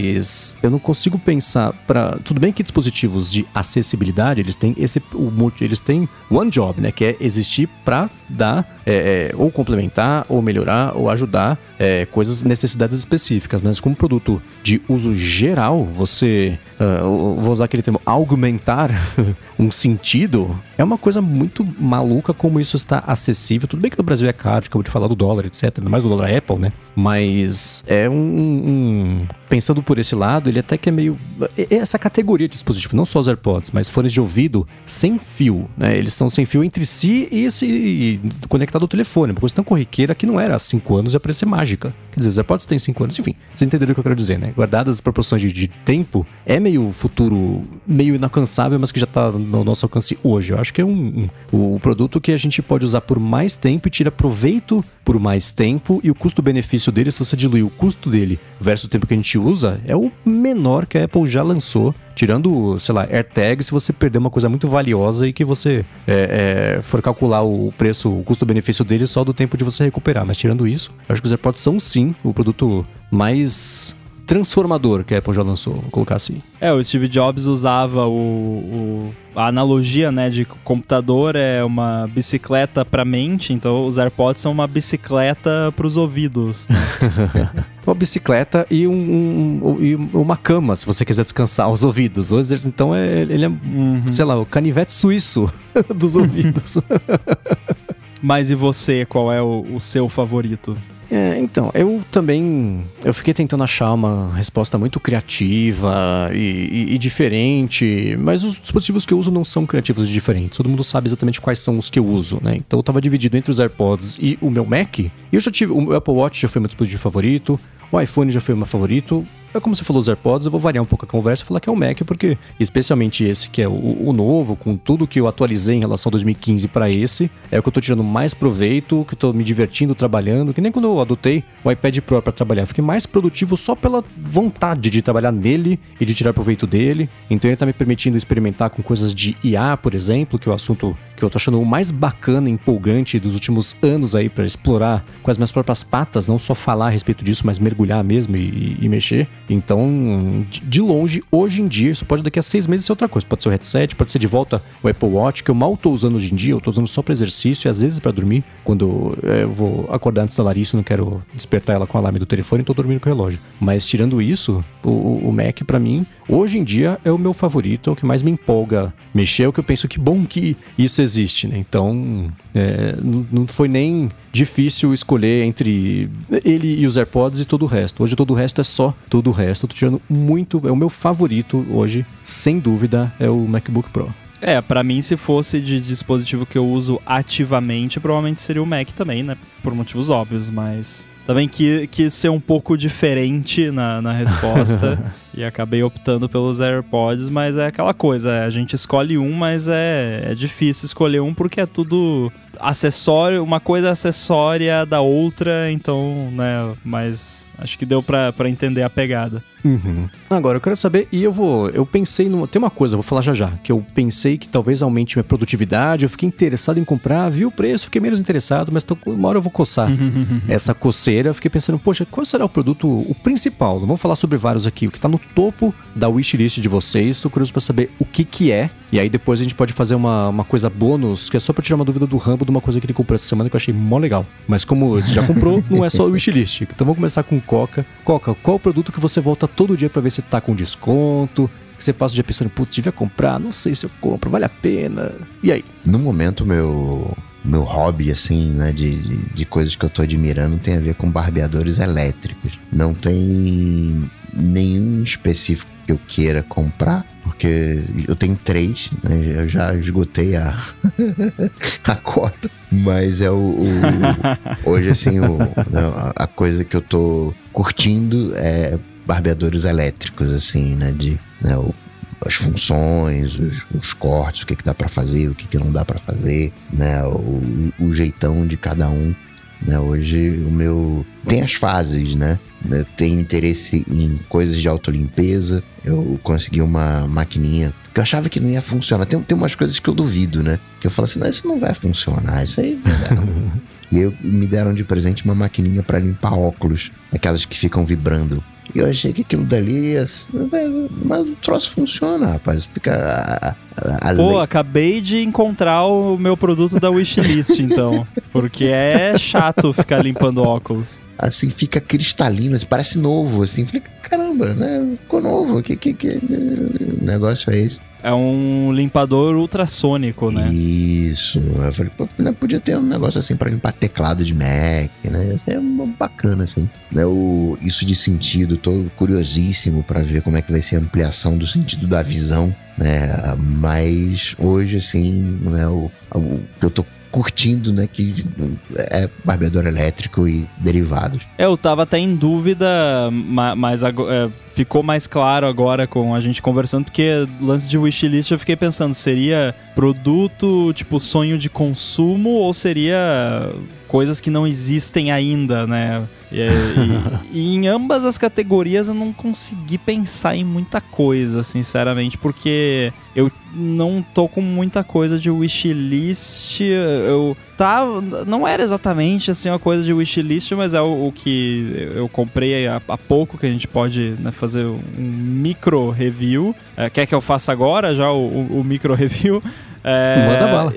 mas eu não consigo pensar para tudo bem que dispositivos de acessibilidade eles têm esse, o, eles têm one job, né, que é existir para dar é, é, ou complementar ou melhorar ou ajudar é, coisas, necessidades específicas, mas como produto de uso geral, você uh, vou usar aquele termo augmentar um sentido, é uma coisa muito maluca como isso está acessível. Tudo bem que no Brasil é caro, acabou de falar do dólar, etcétera. Ainda mais do dólar Apple, né? Mas é um, um... Pensando por esse lado, ele até que é meio... Essa categoria de dispositivo, não só os AirPods, mas fones de ouvido sem fio, né? Eles são sem fio entre si e esse conectado ao telefone. Uma coisa tão corriqueira que não era há cinco anos ia parecer mágica. Quer dizer, os AirPods têm cinco anos, enfim. Vocês entenderam o que eu quero dizer, né? Guardadas as proporções de, de tempo, é meio futuro, meio inalcançável, mas que já tá no nosso alcance hoje. Eu acho que é um, um, um produto que a gente pode usar por mais tempo e tira proveito por mais tempo, e o custo-benefício dele, se você diluir o custo dele versus o tempo que a gente usa, é o menor que a Apple já lançou, tirando, sei lá, AirTag, se você perder uma coisa muito valiosa e que você é, é, for calcular o preço, o custo-benefício dele só do tempo de você recuperar. Mas tirando isso, eu acho que os AirPods são sim o produto mais transformador que a Apple já lançou, vou colocar assim. É, o Steve Jobs usava o, o, a analogia, né, de computador é uma bicicleta para mente, então os AirPods são uma bicicleta para os ouvidos, né? Uma bicicleta e, um, um, e uma cama, se você quiser descansar os ouvidos. Então é, ele é, uhum. sei lá, o canivete suíço dos ouvidos. Mas e você, qual é o, o seu favorito? É, então, eu também, eu fiquei tentando achar uma resposta muito criativa e, e, e diferente, mas os dispositivos que eu uso não são criativos e diferentes, todo mundo sabe exatamente quais são os que eu uso, né? Então eu tava dividido entre os AirPods e o meu Mac, e eu já tive, o Apple Watch já foi meu dispositivo favorito, o iPhone já foi o meu favorito. É como você falou os AirPods, eu vou variar um pouco a conversa e falar que é o Mac, porque especialmente esse que é o, o novo, com tudo que eu atualizei em relação a dois mil e quinze para esse, é o que eu tô tirando mais proveito, que eu tô me divertindo trabalhando, que nem quando eu adotei o iPad Pro para trabalhar, eu fiquei mais produtivo só pela vontade de trabalhar nele e de tirar proveito dele. Então ele tá me permitindo experimentar com coisas de I A, por exemplo, que é o assunto que eu tô achando o mais bacana e empolgante dos últimos anos aí para explorar com as minhas próprias patas, não só falar a respeito disso, mas mergulhar mesmo e, e mexer. Então, de longe, hoje em dia, isso pode daqui a seis meses ser outra coisa. Pode ser o headset, pode ser de volta o Apple Watch, que eu mal tô usando hoje em dia, eu tô usando só para exercício e às vezes para dormir, quando eu vou acordar antes da Larissa, não quero despertar ela com o alarme do telefone, tô dormindo com o relógio. Mas tirando isso, o, o Mac para mim, hoje em dia é o meu favorito, é o que mais me empolga mexer, é o que eu penso que bom que isso existe, né? Então, é, não, não foi nem difícil escolher entre ele e os AirPods e todo o resto. Hoje todo o resto é só todo o resto. Eu tô tirando muito, é o meu favorito hoje, sem dúvida, é o MacBook Pro. É, pra mim, se fosse de dispositivo que eu uso ativamente, provavelmente seria o Mac também, né? Por motivos óbvios, mas também quis, quis ser um pouco diferente na, na resposta e acabei optando pelos AirPods, mas é aquela coisa, a gente escolhe um, mas é, é difícil escolher um porque é tudo acessório, uma coisa acessória da outra, então, né, mas acho que deu pra, pra entender a pegada. Uhum. Agora, eu quero saber, e eu vou, eu pensei numa, tem uma coisa, eu vou falar já já, que eu pensei que talvez aumente minha produtividade, eu fiquei interessado em comprar, vi o preço, fiquei menos interessado, mas tô, uma hora eu vou coçar essa coceira, eu fiquei pensando, poxa, qual será o produto, o principal? Não vamos falar sobre vários aqui, o que tá no topo da wishlist de vocês, tô curioso pra saber o que que é, e aí depois a gente pode fazer uma, uma coisa bônus, que é só pra tirar uma dúvida do Rambo de uma coisa que ele comprou essa semana que eu achei mó legal. Mas como você já comprou, não é só o wishlist. Então vamos começar com Coca. Coca, qual o produto que você volta todo dia pra ver se tá com desconto? Que você passa o dia pensando, putz, devia comprar, não sei se eu compro, vale a pena. E aí? No momento, meu... meu hobby, assim, né, de, de, de coisas que eu tô admirando tem a ver com barbeadores elétricos. Não tem nenhum específico que eu queira comprar, porque eu tenho três, né, eu já esgotei a, a cota, mas é o, o hoje, assim, o, a, a coisa que eu tô curtindo é barbeadores elétricos, assim, né, de, né, o as funções, os, os cortes, o que que dá pra fazer, o que que não dá pra fazer, né, o, o jeitão de cada um, né, hoje o meu... tem as fases, né, eu tenho interesse em coisas de autolimpeza, eu consegui uma maquininha que eu achava que não ia funcionar, tem, tem umas coisas que eu duvido, né, que eu falo assim, não, isso não vai funcionar, isso aí... E eu, me deram de presente uma maquininha pra limpar óculos, aquelas que ficam vibrando. E eu achei que aquilo dali ia... Mas o troço funciona, rapaz. Fica... A Pô, lei... acabei de encontrar o meu produto da wishlist, então. Porque é chato ficar limpando óculos. Assim, fica cristalino, assim, parece novo, assim. Fica, caramba, né? Ficou novo. Que, que, que negócio é esse? É um limpador ultrassônico, né? Isso. Eu falei, pô, podia ter um negócio assim pra limpar teclado de Mac, né? É bacana, assim. Né? O, isso de sentido, tô curiosíssimo pra ver como é que vai ser a ampliação do sentido da visão, né? Mas hoje, assim, né, o, o que eu tô curtindo, né, que é barbeador elétrico e derivados. Eu tava até em dúvida, mas é, ficou mais claro agora com a gente conversando, porque lance de wishlist eu fiquei pensando, seria produto tipo sonho de consumo ou seria coisas que não existem ainda, né? E, e, e em ambas as categorias eu não consegui pensar em muita coisa, sinceramente, porque eu não tô com muita coisa de wishlist. Eu tava, não era exatamente assim uma coisa de wishlist, mas é o, o que eu comprei há, há pouco, que a gente pode, né, fazer um micro review. É, quer que eu faça agora já o, o, o micro review? É, Manda bala.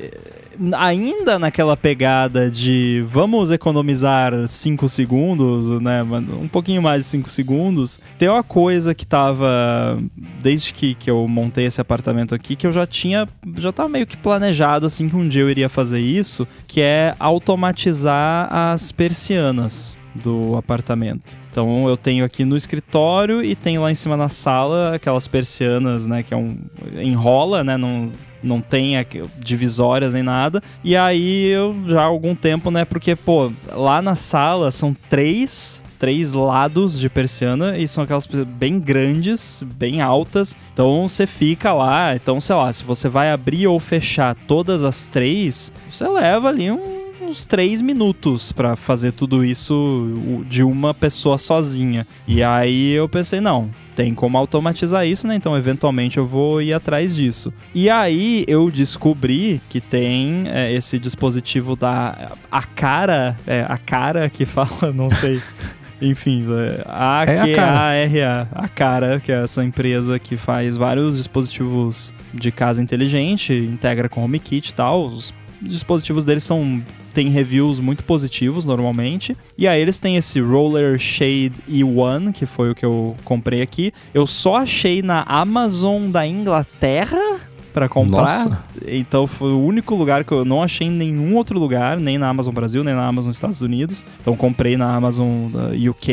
Ainda naquela pegada de vamos economizar cinco segundos, né? Um pouquinho mais de cinco segundos. Tem uma coisa que tava, desde que, que eu montei esse apartamento aqui, que eu já tinha, já tava meio que planejado assim que um dia eu iria fazer isso, que é automatizar as persianas do apartamento. Então eu tenho aqui no escritório e tem lá em cima na sala aquelas persianas, né, que é um enrola, né, não não tem divisórias nem nada. E aí eu já há algum tempo, né, porque pô, lá na sala são três três lados de persiana e são aquelas bem grandes, bem altas. Então você fica lá, então sei lá, se você vai abrir ou fechar todas as três, você leva ali um uns três minutos pra fazer tudo isso de uma pessoa sozinha. E aí eu pensei, não, tem como automatizar isso, né? Então, eventualmente, eu vou ir atrás disso. E aí, eu descobri que tem é, esse dispositivo da Acara, é, Acara que fala, não sei... Enfim, A Q A R A, Acara, que é essa empresa que faz vários dispositivos de casa inteligente, integra com HomeKit e tal. Os dispositivos deles são... tem reviews muito positivos normalmente. E aí eles têm esse Roller Shade E um, que foi o que eu comprei aqui. Eu só achei na Amazon da Inglaterra pra comprar. Nossa. Então foi o único lugar que eu não achei em nenhum outro lugar, nem na Amazon Brasil, nem na Amazon Estados Unidos. Então comprei na Amazon U K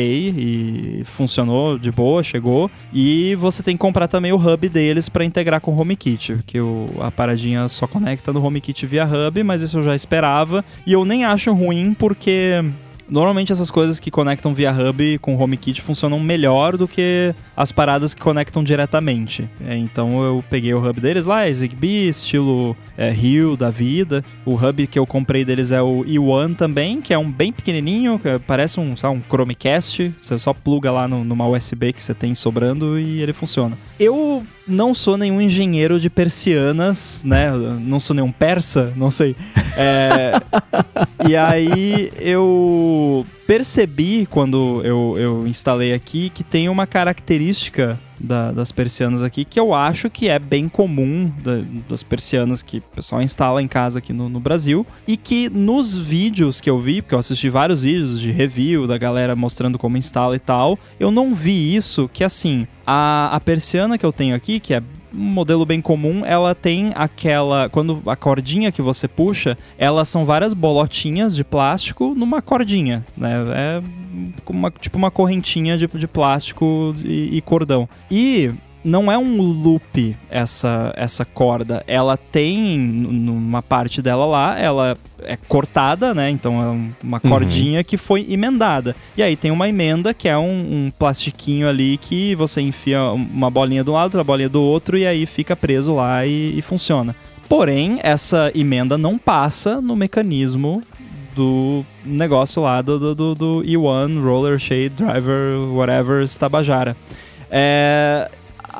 e funcionou de boa, chegou. E você tem que comprar também o hub deles pra integrar com o HomeKit, que o, a paradinha só conecta no HomeKit via hub, mas isso eu já esperava. E eu nem acho ruim porque... normalmente essas coisas que conectam via hub com o HomeKit funcionam melhor do que as paradas que conectam diretamente. É, então eu peguei o hub deles lá, é Zigbee, estilo é, Hill da vida. O hub que eu comprei deles é o E um também, que é um bem pequenininho, que parece um, sabe, um Chromecast. Você só pluga lá no, numa U S B que você tem sobrando e ele funciona. Eu não sou nenhum engenheiro de persianas, né? Não sou nenhum persa, não sei. É, e aí eu percebi, quando eu, eu instalei aqui, que tem uma característica da, das persianas aqui que eu acho que é bem comum da, das persianas que o pessoal instala em casa aqui no, no Brasil, e que nos vídeos que eu vi, porque eu assisti vários vídeos de review da galera mostrando como instala e tal, eu não vi isso, que assim, a, a persiana que eu tenho aqui, que é um modelo bem comum, ela tem aquela... quando a cordinha que você puxa, elas são várias bolotinhas de plástico numa cordinha, né? É uma, tipo uma correntinha de, de plástico e, e cordão. E não é um loop essa, essa corda. Ela tem, numa parte dela lá, ela é cortada, né? Então é uma cordinha uhum. que foi emendada. E aí tem uma emenda que é um, um plastiquinho ali que você enfia uma bolinha de um lado, outra bolinha do outro, e aí fica preso lá e, e funciona. Porém, essa emenda não passa no mecanismo do negócio lá do, do, do, do E um, Roller Shade Driver, whatever, Tabajara. É...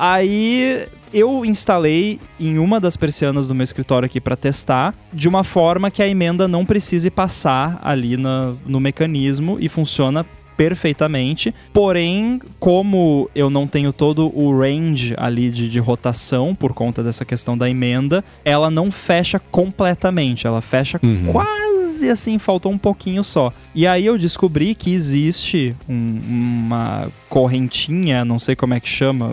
Aí eu instalei em uma das persianas do meu escritório aqui para testar, de uma forma que a emenda não precise passar ali na, no mecanismo e funciona perfeitamente, porém, como eu não tenho todo o range ali de, de rotação por conta dessa questão da emenda, ela não fecha completamente, ela fecha uhum. quase assim, faltou um pouquinho só. E aí eu descobri que existe um, uma correntinha, não sei como é que chama,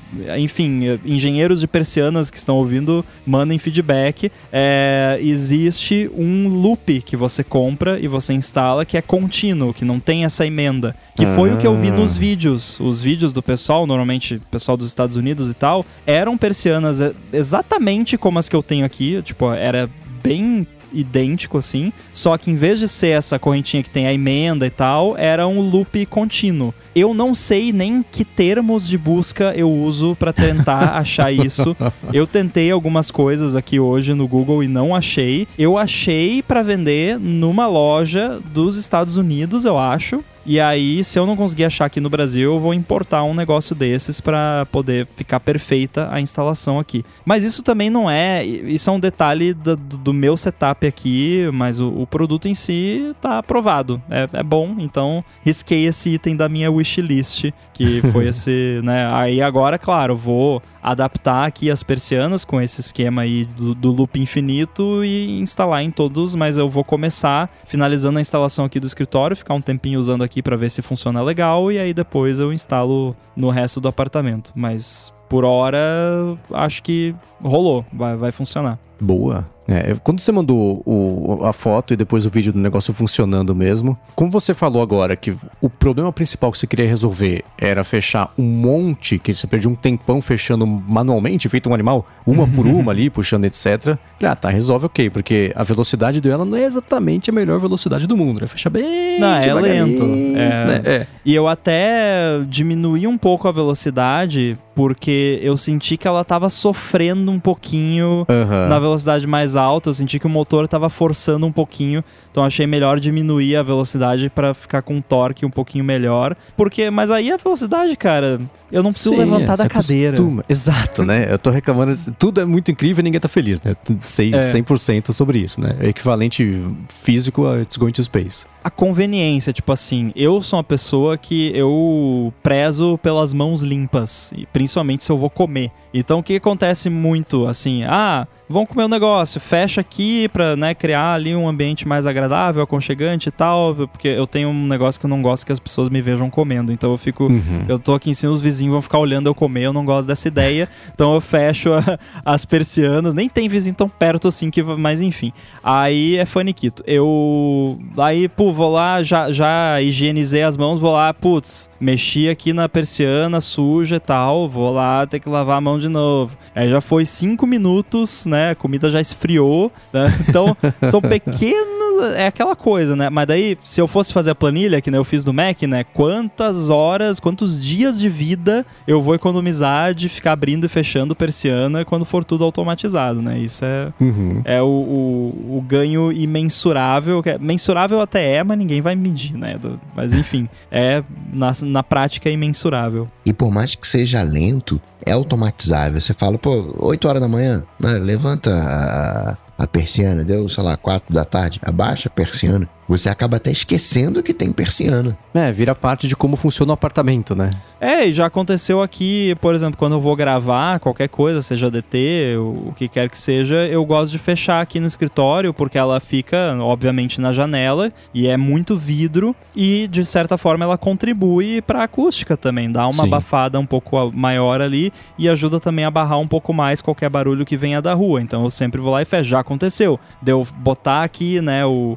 enfim, engenheiros de persianas que estão ouvindo, mandem feedback. É, existe um loop que você compra e você instala que é contínuo, que não tem essa emenda. Que ah. foi o que eu vi nos vídeos. Os vídeos do pessoal, normalmente pessoal dos Estados Unidos e tal, eram persianas exatamente como as que eu tenho aqui. Tipo, era bem idêntico assim, só que em vez de ser essa correntinha que tem a emenda e tal, era um loop contínuo. Eu não sei nem que termos de busca eu uso pra tentar achar isso. Eu tentei algumas coisas aqui hoje no Google e não achei. Eu achei pra vender numa loja dos Estados Unidos, eu acho. E aí, se eu não conseguir achar aqui no Brasil, eu vou importar um negócio desses pra poder ficar perfeita a instalação aqui. Mas isso também não é... Isso é um detalhe do, do meu setup aqui, mas o, o produto em si tá aprovado. É, é bom, então risquei esse item da minha wishlist, que foi esse, né? Aí agora, claro, vou adaptar aqui as persianas com esse esquema aí do, do loop infinito e instalar em todos, mas eu vou começar finalizando a instalação aqui do escritório, ficar um tempinho usando aqui para ver se funciona legal e aí depois eu instalo no resto do apartamento. Mas por hora, acho que rolou, vai, vai funcionar. Boa. É, quando você mandou o, a foto e depois o vídeo do negócio funcionando mesmo, como você falou agora que o problema principal que você queria resolver era fechar um monte, que você perdeu um tempão fechando manualmente, feito um animal, uma por uma ali, puxando, etcétera. Ah, tá, resolve ok, porque a velocidade dela não é exatamente a melhor velocidade do mundo, né? Fecha bem Não, é lento. É, né? é. E eu até diminuí um pouco a velocidade, porque eu senti que ela tava sofrendo um pouquinho uhum. na velocidade mais alta, eu senti que o motor tava forçando um pouquinho, então achei melhor diminuir a velocidade pra ficar com um torque um pouquinho melhor, porque, mas aí a velocidade, cara, eu não preciso Sim, levantar da cadeira. Acostuma. Exato, né? Eu tô reclamando, tudo é muito incrível e ninguém tá feliz, né? Sei é. cem por cento sobre isso, né? É equivalente físico a It's Going to Space. A conveniência, tipo assim, eu sou uma pessoa que eu prezo pelas mãos limpas, principalmente se eu vou comer. Então o que acontece muito, assim, ah, vamos comer um negócio, fecha aqui pra, né, criar ali um ambiente mais agradável, aconchegante e tal, porque eu tenho um negócio que eu não gosto que as pessoas me vejam comendo, então eu fico, uhum. eu tô aqui em cima, os vizinhos vão ficar olhando eu comer, eu não gosto dessa ideia, então eu fecho a, as persianas, nem tem vizinho tão perto assim, que, mas enfim, aí é faniquito. Eu, aí, pô, vou lá, já, já higienizei as mãos, vou lá, putz, mexi aqui na persiana suja e tal, vou lá ter que lavar a mão de novo. Aí já foi cinco minutos, né? A comida já esfriou, né? Então, são pequenos... É aquela coisa, né? Mas daí, se eu fosse fazer a planilha, que né, eu fiz do Mac, né? Quantas horas, quantos dias de vida eu vou economizar de ficar abrindo e fechando persiana quando for tudo automatizado, né? Isso é, uhum. é o, o, o ganho imensurável. Mensurável até é, mas ninguém vai medir, né? Mas enfim, é na, na prática é imensurável. E por mais que seja lento, é automatizável. Você fala, pô, oito horas da manhã, né, levanta a, a persiana, deu, sei lá, quatro da tarde, abaixa a persiana. Você acaba até esquecendo que tem persiana. É, vira parte de como funciona o apartamento, né? É, e já aconteceu aqui, por exemplo, quando eu vou gravar qualquer coisa, seja D T, o que quer que seja, eu gosto de fechar aqui no escritório, porque ela fica, obviamente, na janela, e é muito vidro, e de certa forma ela contribui para a acústica também, dá uma Sim. abafada um pouco maior ali, e ajuda também a barrar um pouco mais qualquer barulho que venha da rua. Então eu sempre vou lá e fecho. Já aconteceu, de eu botar aqui, né, o...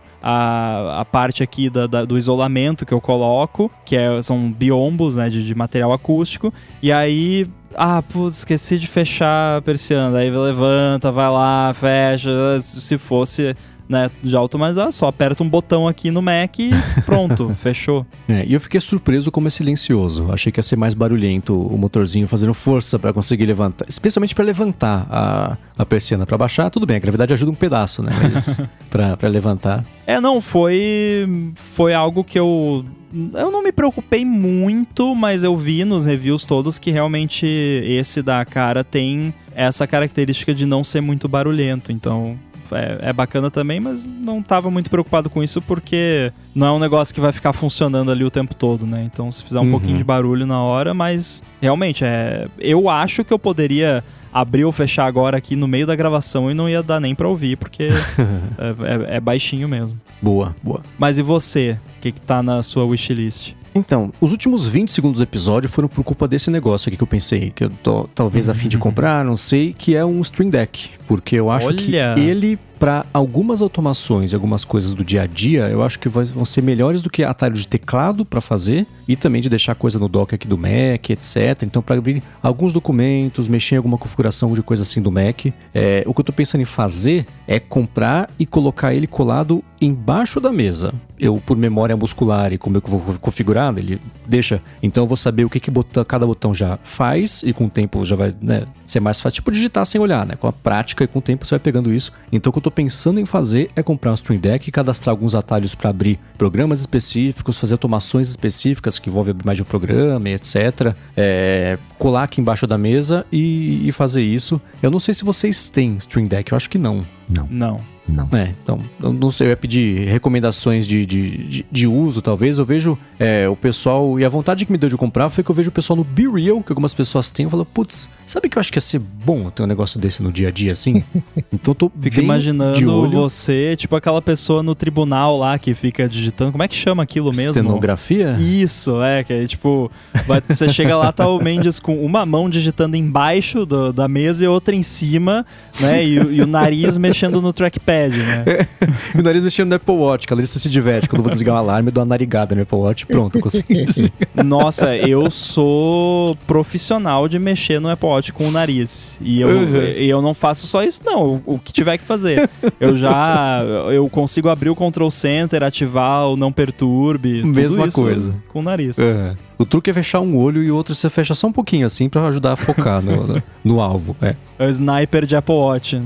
A, a parte aqui da, da, do isolamento que eu coloco, que é, são biombos, né, de, de material acústico, e aí, ah, putz, esqueci de fechar a persiana, aí levanta, vai lá, fecha, se fosse... Né, de automatizar, só aperta um botão aqui no Mac e pronto, fechou. É, e eu fiquei surpreso como é silencioso. Achei que ia ser mais barulhento o motorzinho fazendo força pra conseguir levantar, especialmente pra levantar a, a persiana. Pra baixar, tudo bem, a gravidade ajuda um pedaço, né? Mas pra, pra levantar... É, não, foi, foi algo que eu... Eu não me preocupei muito, mas eu vi nos reviews todos que realmente esse da Aqara tem essa característica de não ser muito barulhento, então... é, é bacana também, mas não tava muito preocupado com isso porque não é um negócio que vai ficar funcionando ali o tempo todo, né? Então se fizer um uhum. pouquinho de barulho na hora, mas realmente, é, eu acho que eu poderia abrir ou fechar agora aqui no meio da gravação e não ia dar nem pra ouvir, porque é, é, é baixinho mesmo. Boa, boa. Mas e você? O que que tá na sua wishlist? Então, os últimos vinte segundos do episódio foram por culpa desse negócio aqui que eu pensei, que eu tô talvez a fim de comprar, não sei, que é um Stream Deck. Porque eu acho Olha. que ele, para algumas automações e algumas coisas do dia a dia, eu acho que vai, vão ser melhores do que atalho de teclado para fazer e também de deixar coisa no dock aqui do Mac, etcétera. Então, para abrir alguns documentos, mexer em alguma configuração de coisa assim do Mac, é, o que eu tô pensando em fazer é comprar e colocar ele colado embaixo da mesa. Eu, por memória muscular e como eu vou configurar, ele deixa. Então eu vou saber o que, que botão, cada botão já faz e com o tempo já vai, né, ser mais fácil. Tipo digitar sem olhar, né? Com a prática e com o tempo você vai pegando isso. Então o que eu tô pensando em fazer é comprar um Stream Deck e cadastrar alguns atalhos para abrir programas específicos, fazer automações específicas que envolvem mais de um programa e etcétera. É, colar aqui embaixo da mesa e, e fazer isso. Eu não sei se vocês têm Stream Deck, eu acho que não. Não. Não. Não. É, então, eu não sei, eu ia pedir recomendações de, de, de, de uso, talvez. Eu vejo é, o pessoal, e a vontade que me deu de comprar foi que eu vejo o pessoal no Be Real, que algumas pessoas têm, eu falo, putz, sabe que eu acho que ia ser bom ter um negócio desse no dia a dia, assim? Então eu tô Fica imaginando você, tipo aquela pessoa no tribunal lá que fica digitando, como é que chama aquilo mesmo? Estenografia? Isso, é, que aí tipo, vai, você chega lá, tá o Mendes com uma mão digitando embaixo do, da mesa e outra em cima, né, e, e o nariz mexendo no trackpad. Né? E o nariz mexendo no Apple Watch, que a Larissa se diverte. Quando eu vou desligar o alarme, eu dou uma narigada no Apple Watch, pronto, eu consegui desligar. Nossa, eu sou profissional de mexer no Apple Watch com o nariz. E eu, uhum. eu não faço só isso, não. O que tiver que fazer. Eu já eu consigo abrir o Control Center, ativar o Não Perturbe. Mesma tudo isso coisa. Com o nariz. Uhum. O truque é fechar um olho e o outro você fecha só um pouquinho, assim, pra ajudar a focar no, no, no alvo. É. É o sniper de Apple Watch.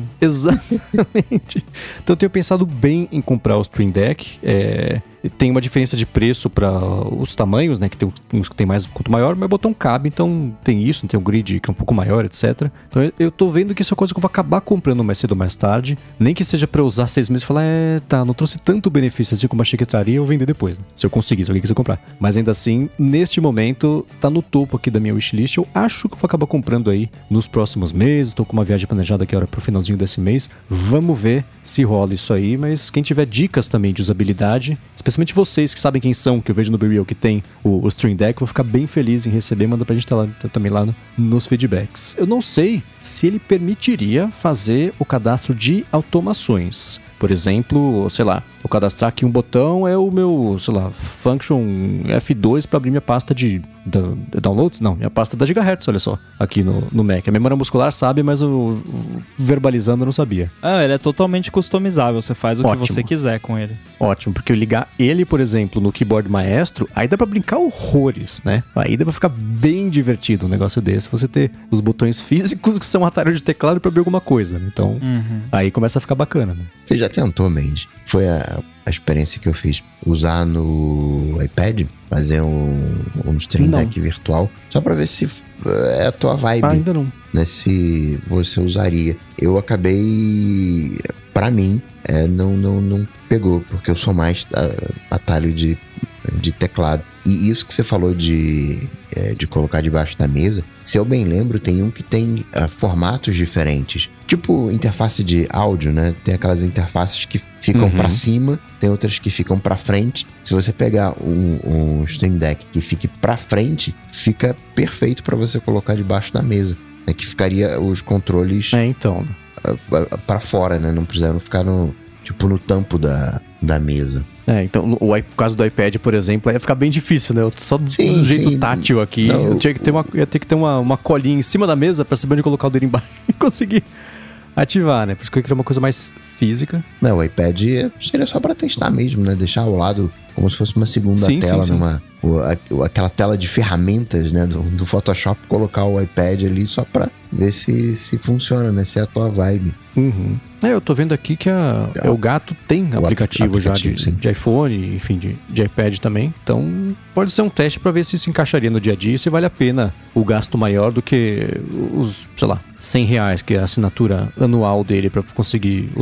Exatamente. Então eu tenho pensado bem em comprar o Stream Deck. É, tem uma diferença de preço para os tamanhos, né? Que tem uns que tem mais, quanto maior, mas o botão cabe, então tem isso, tem um grid que é um pouco maior, etcétera. Então eu, eu tô vendo que isso é coisa que eu vou acabar comprando mais cedo ou mais tarde. Nem que seja pra usar seis meses e falar, é, tá, não trouxe tanto benefício assim como achei que traria, eu vou vender depois, né? Se eu conseguir, se alguém quiser comprar. Mas ainda assim, neste momento, tá no topo aqui da minha wishlist. Eu acho que eu vou acabar comprando aí nos próximos meses. Tô com uma viagem planejada aqui agora pro finalzinho desse mês. Vamos ver se rola isso aí. Mas quem tiver dicas também de usabilidade, especialmente vocês que sabem quem são, que eu vejo no Be Real que tem o, o Stream Deck, vou ficar bem feliz em receber. Manda pra gente tá lá, também lá no, nos feedbacks. Eu não sei se ele permitiria fazer o cadastro de automações. Por exemplo, sei lá, eu cadastrar aqui um botão é o meu, sei lá, function F dois para abrir minha pasta de, de, de downloads? Não, minha pasta da Gigahertz, olha só, aqui no, no Mac. A memória muscular sabe, mas o verbalizando eu não sabia. Ah, ele é totalmente customizável, você faz o Ótimo. que você quiser com ele. Ótimo, porque eu ligar ele, por exemplo, no Keyboard Maestro, aí dá pra brincar horrores, né? Aí dá pra ficar bem divertido um negócio desse, você ter os botões físicos que são atalho de teclado pra abrir alguma coisa, né? Então, uhum. aí começa a ficar bacana, né? Você já tentou, Mendes? Foi a, a experiência que eu fiz. Usar no iPad, fazer um, um Stream Deck virtual, só pra ver se é a tua vibe. Ah, ainda não. Né, se você usaria. Eu acabei, pra mim, é, não, não, não pegou, porque eu sou mais a, atalho de, de teclado. E isso que você falou de, é, de colocar debaixo da mesa, se eu bem lembro, tem um que tem uh, formatos diferentes. Tipo interface de áudio, né? Tem aquelas interfaces que ficam uhum. pra cima, tem outras que ficam pra frente. Se você pegar um, um Stream Deck que fique pra frente, fica perfeito pra você colocar debaixo da mesa. É que ficaria os controles é, então. uh, pra fora, né? Não precisaram ficar no, tipo, no tampo da, da mesa. É, então, o, o caso do iPad, por exemplo, ia ficar bem difícil, né? Só do sim, jeito sim. tátil aqui, Não, eu tinha que ter uma, ia ter que ter uma, uma colinha em cima da mesa pra saber onde colocar o dedo embaixo e conseguir ativar, né? Por isso que eu queria uma coisa mais física. Não, o iPad seria só pra testar mesmo, né? Deixar ao lado como se fosse uma segunda sim, tela, sim, sim. numa o, aquela tela de ferramentas, né? Do, do Photoshop, colocar o iPad ali só pra ver se, se funciona, né? Se é a tua vibe. Uhum. É, eu tô vendo aqui que a, é, o Gato tem o aplicativo, aplicativo já de, de iPhone, enfim, de, de iPad também. Então, pode ser um teste pra ver se se encaixaria no dia a dia e se vale a pena o gasto maior do que os, sei lá, cem reais, que é a assinatura anual dele pra conseguir usar.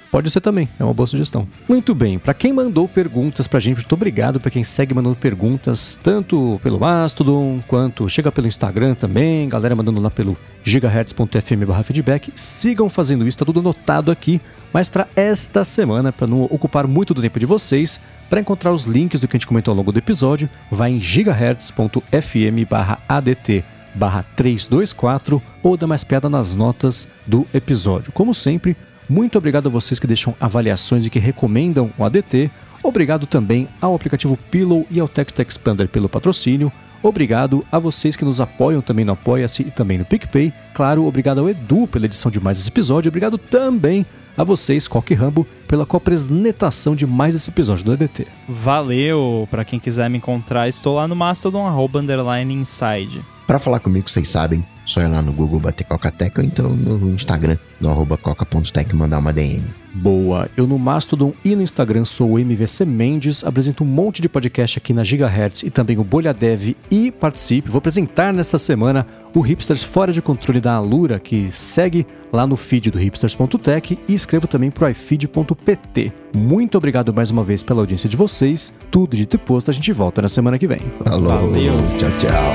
Pode ser também, é uma boa sugestão. Muito bem, para quem mandou perguntas pra gente, muito obrigado para quem segue mandando perguntas, tanto pelo Mastodon, quanto chega pelo Instagram também, galera mandando lá pelo gigahertz ponto f m barra feedback. Sigam fazendo isso, tá tudo anotado aqui. Mas para esta semana, para não ocupar muito do tempo de vocês, para encontrar os links do que a gente comentou ao longo do episódio, vai em gigahertz ponto f m barra a d t barra trezentos e vinte e quatro ou dá mais piada nas notas do episódio. Como sempre, muito obrigado a vocês que deixam avaliações e que recomendam o A D T. Obrigado também ao aplicativo Pillow e ao Text Expander pelo patrocínio. Obrigado a vocês que nos apoiam também no Apoia-se e também no PicPay. Claro, obrigado ao Edu pela edição de mais esse episódio. Obrigado também a vocês, Coque e Rambo, pela coapresentação de mais esse episódio do A D T. Valeu! Pra quem quiser me encontrar, estou lá no Mastodon, arroba underline inside. Pra falar comigo, vocês sabem, só ir lá no Google bater Coca-Tech ou então no Instagram, no arroba coca ponto tech, mandar uma D M. Boa! Eu no Mastodon e no Instagram sou o M V C Mendes, apresento um monte de podcast aqui na Gigahertz e também o Bolha Dev e participe. Vou apresentar nesta semana o Hipsters Fora de Controle da Alura, que segue lá no feed do hipsters ponto tech e escrevo também pro i feed ponto p t. Muito obrigado mais uma vez pela audiência de vocês. Tudo dito e posto, a gente volta na semana que vem. Falou, Valeu. Tchau, tchau.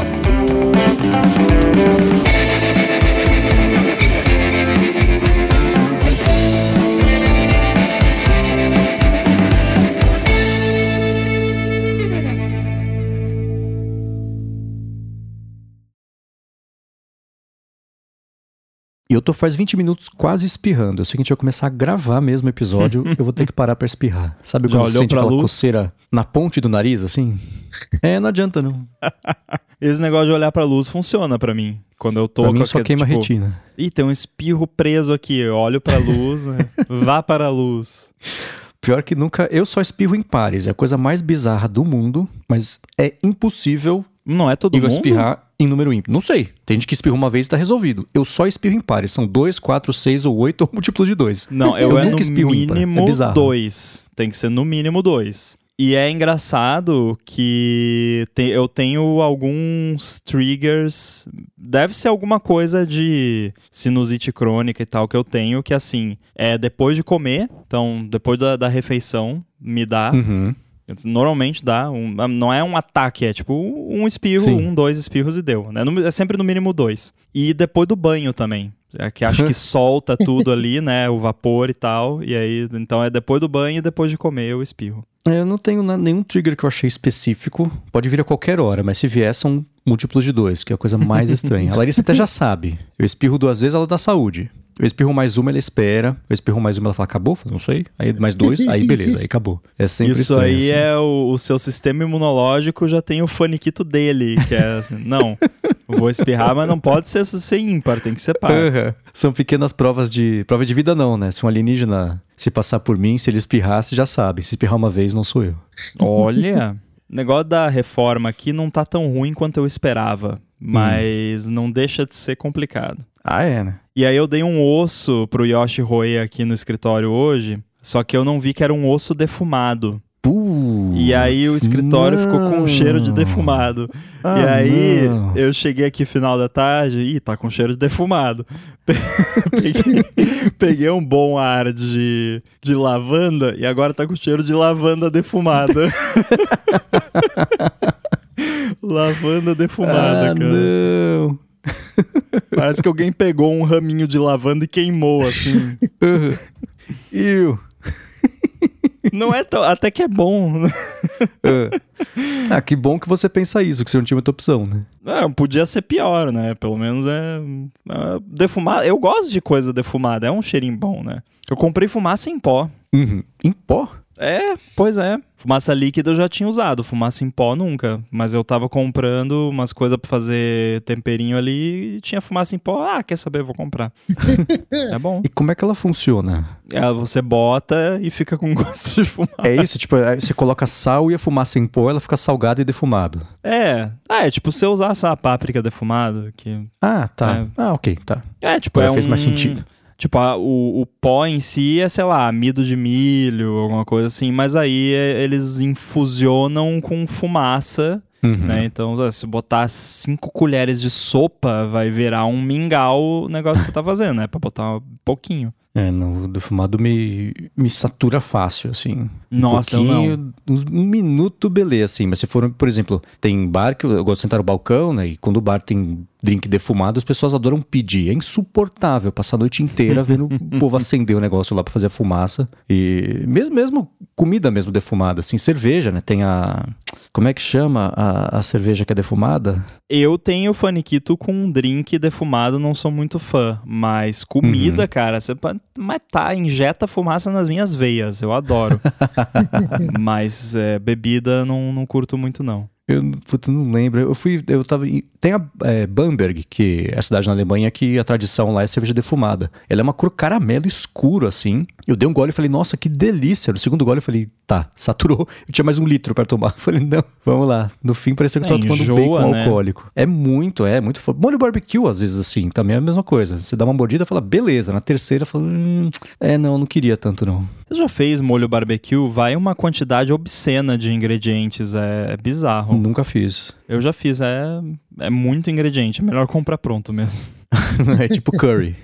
E eu tô faz vinte minutos quase espirrando. É o seguinte, eu começar a gravar mesmo o episódio, eu vou ter que parar pra espirrar. Sabe Já quando você olhou sente pra aquela luz? coceira na ponte do nariz, assim? É, não adianta não. Esse negócio de olhar pra luz funciona pra mim. Quando eu tô Pra mim com só aquele, queima a tipo, retina. Ih, tem um espirro preso aqui. Eu olho pra luz, né? Vá para a luz. Pior que nunca... Eu só espirro em pares. É a coisa mais bizarra do mundo, mas é impossível Não é todo eu mundo? espirrar em número ímpar. Não sei. Tem gente que espirra uma vez e tá resolvido. Eu só espirro em pares. São dois, quatro, seis ou oito ou múltiplos de dois. Não, eu, Eu é nunca no espirro ímpar. É mínimo bizarro. dois. Tem que ser no mínimo dois. E é engraçado que te- eu tenho alguns triggers. Deve ser alguma coisa de sinusite crônica e tal que eu tenho, que assim, é depois de comer, então depois da, da refeição, me dá. Uhum. Normalmente dá, um- não é um ataque, é tipo um espirro, Sim. um, dois espirros e deu. Né? No- É sempre no mínimo dois. E depois do banho também. É que acho que solta tudo ali, né? O vapor e tal. E aí, então é depois do banho e depois de comer eu espirro. Eu não tenho na- nenhum trigger que eu achei específico. Pode vir a qualquer hora, mas se vier são múltiplos de dois, que é a coisa mais estranha. A Larissa até já sabe. Eu espirro duas vezes, ela dá saúde. Eu espirro mais uma, ela espera. Eu espirro mais uma, ela fala, acabou? Eu falo, não sei. Aí mais dois, aí beleza, aí acabou. É sempre Isso estranho, aí assim. é o, o seu sistema imunológico já tem o faniquito dele, que é assim, não, vou espirrar, mas não pode ser, ser ímpar, tem que ser par. Aham. São pequenas provas de... Prova de vida não, né? Se um alienígena se passar por mim, se ele espirrar, você já sabe. Se espirrar uma vez, não sou eu. Olha, o negócio da reforma aqui não tá tão ruim quanto eu esperava, mas não deixa de ser complicado. Ah, é, né? E aí eu dei um osso pro Yoshi roer aqui no escritório hoje, só que eu não vi que era um osso defumado. Putz, E aí o escritório ficou com um cheiro de não. defumado. Ah, e aí não. eu cheguei aqui final da tarde, ih, tá com cheiro de defumado. peguei, peguei um bom ar de, de lavanda e agora tá com cheiro de lavanda defumada. Lavanda defumada, ah, cara. não. Parece que alguém pegou um raminho de lavanda e queimou, assim. Uhum. Iu. Não é tão... Até que é bom, né? Ah, que bom que você pensa isso, que você não tinha muita opção, né? Não, podia ser pior, né? Pelo menos é... é defumado. Eu gosto de coisa defumada, é um cheirinho bom, né? Eu comprei fumaça em pó. Uhum. Em pó? É, pois é. Fumaça líquida eu já tinha usado, fumaça em pó nunca. Mas eu tava comprando umas coisas pra fazer temperinho ali e tinha fumaça em pó. Ah, quer saber? Vou comprar. É bom. E como é que ela funciona? Ela você bota e fica com gosto de fumaça. É isso? Tipo, aí você coloca sal e a fumaça em pó, ela fica salgada e defumado. É. Ah, é tipo se eu usasse a páprica defumada, que... Ah, tá. É. Ah, ok, tá. É, tipo, Agora é fez um... mais sentido. Tipo, a- o, o pó em si é, sei lá, amido de milho, alguma coisa assim, mas aí é- eles infusionam com fumaça, Uhum. né? Então, se botar cinco colheres de sopa, vai virar um mingau o negócio que você tá fazendo, né? Pra botar um pouquinho. É, no defumado me, me satura fácil, assim. Nossa, um eu não. Uns, um minuto, beleza, assim. Mas se for, por exemplo, tem bar que eu, eu gosto de sentar no balcão, né? E quando o bar tem drink defumado, as pessoas adoram pedir. É insuportável passar a noite inteira vendo o povo acender o negócio lá pra fazer a fumaça. E mesmo, mesmo comida mesmo defumada, assim. Cerveja, né? Tem a... Como é que chama a, a cerveja que é defumada? Eu tenho faniquito com um drink defumado, não sou muito fã. Mas comida, uhum. cara, você pode... Mas tá, injeta fumaça nas minhas veias. Eu adoro. Mas é, bebida não, não curto muito, não. Eu puta, não lembro. Eu fui. Eu tava. Tem a é, Bamberg, que é a cidade na Alemanha que a tradição lá é cerveja defumada. Ela é uma cor caramelo escuro, assim. Eu dei um gole e falei, nossa, que delícia. No segundo gole eu falei, tá, saturou. Eu tinha mais um litro pra tomar. Eu falei, não, vamos lá. No fim parecia que eu tava é, tomando enjoa, um bacon né? alcoólico. É muito, é muito forte. Molho barbecue, às vezes, assim, também é a mesma coisa. Você dá uma mordida e fala, beleza. Na terceira, fala, hum, é, não, não queria tanto, não. Você já fez molho barbecue? Vai uma quantidade obscena de ingredientes. É, é bizarro. Nunca fiz. Eu já fiz, é, é muito ingrediente. É melhor comprar pronto mesmo. É tipo curry.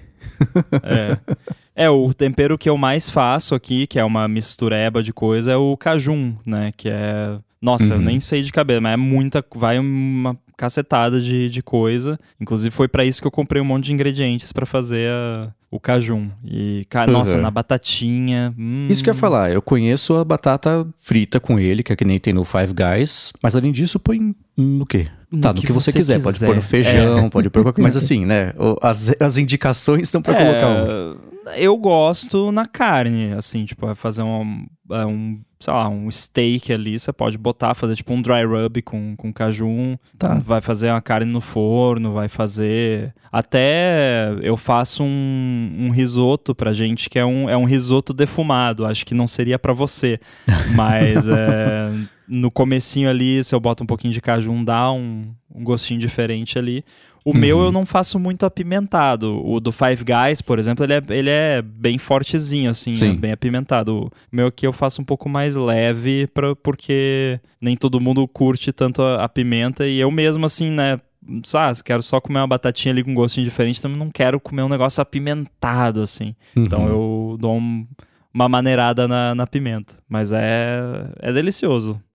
É. É, o tempero que eu mais faço aqui, que é uma mistureba de coisa, é o cajun, né? Que é... Nossa, uhum. eu nem sei de cabeça, mas é muita... Vai uma cacetada de, de coisa. Inclusive foi pra isso que eu comprei um monte de ingredientes pra fazer a, o cajun. E, cara, uhum. nossa, na batatinha... Hum... Isso que eu ia falar. Eu conheço a batata frita com ele, que é que nem tem no Five Guys. Mas além disso, põe no quê? No tá, no que, que você, você quiser. quiser. Pode pôr no feijão, é. pode pôr qualquer... Mas assim, né? As, as indicações são pra é, colocar um... Eu gosto na carne, assim, tipo, vai fazer um, um, sei lá, um steak ali, você pode botar, fazer tipo um dry rub com, com cajun, tá. Vai fazer uma carne no forno, vai fazer... Até eu faço um, um risoto pra gente, que é um, é um risoto defumado, acho que não seria pra você, mas é, no comecinho ali, se eu boto um pouquinho de cajun, dá um, um gostinho diferente ali. O uhum. meu eu não faço muito apimentado. O do Five Guys, por exemplo, ele é, ele é bem fortezinho, assim, é bem apimentado. O meu aqui eu faço um pouco mais leve, pra, porque nem todo mundo curte tanto a, a pimenta. E eu mesmo, assim, né, sabe, quero só comer uma batatinha ali com gostinho diferente, também não quero comer um negócio apimentado, assim. Uhum. Então eu dou um, uma maneirada na, na pimenta. Mas é, é delicioso.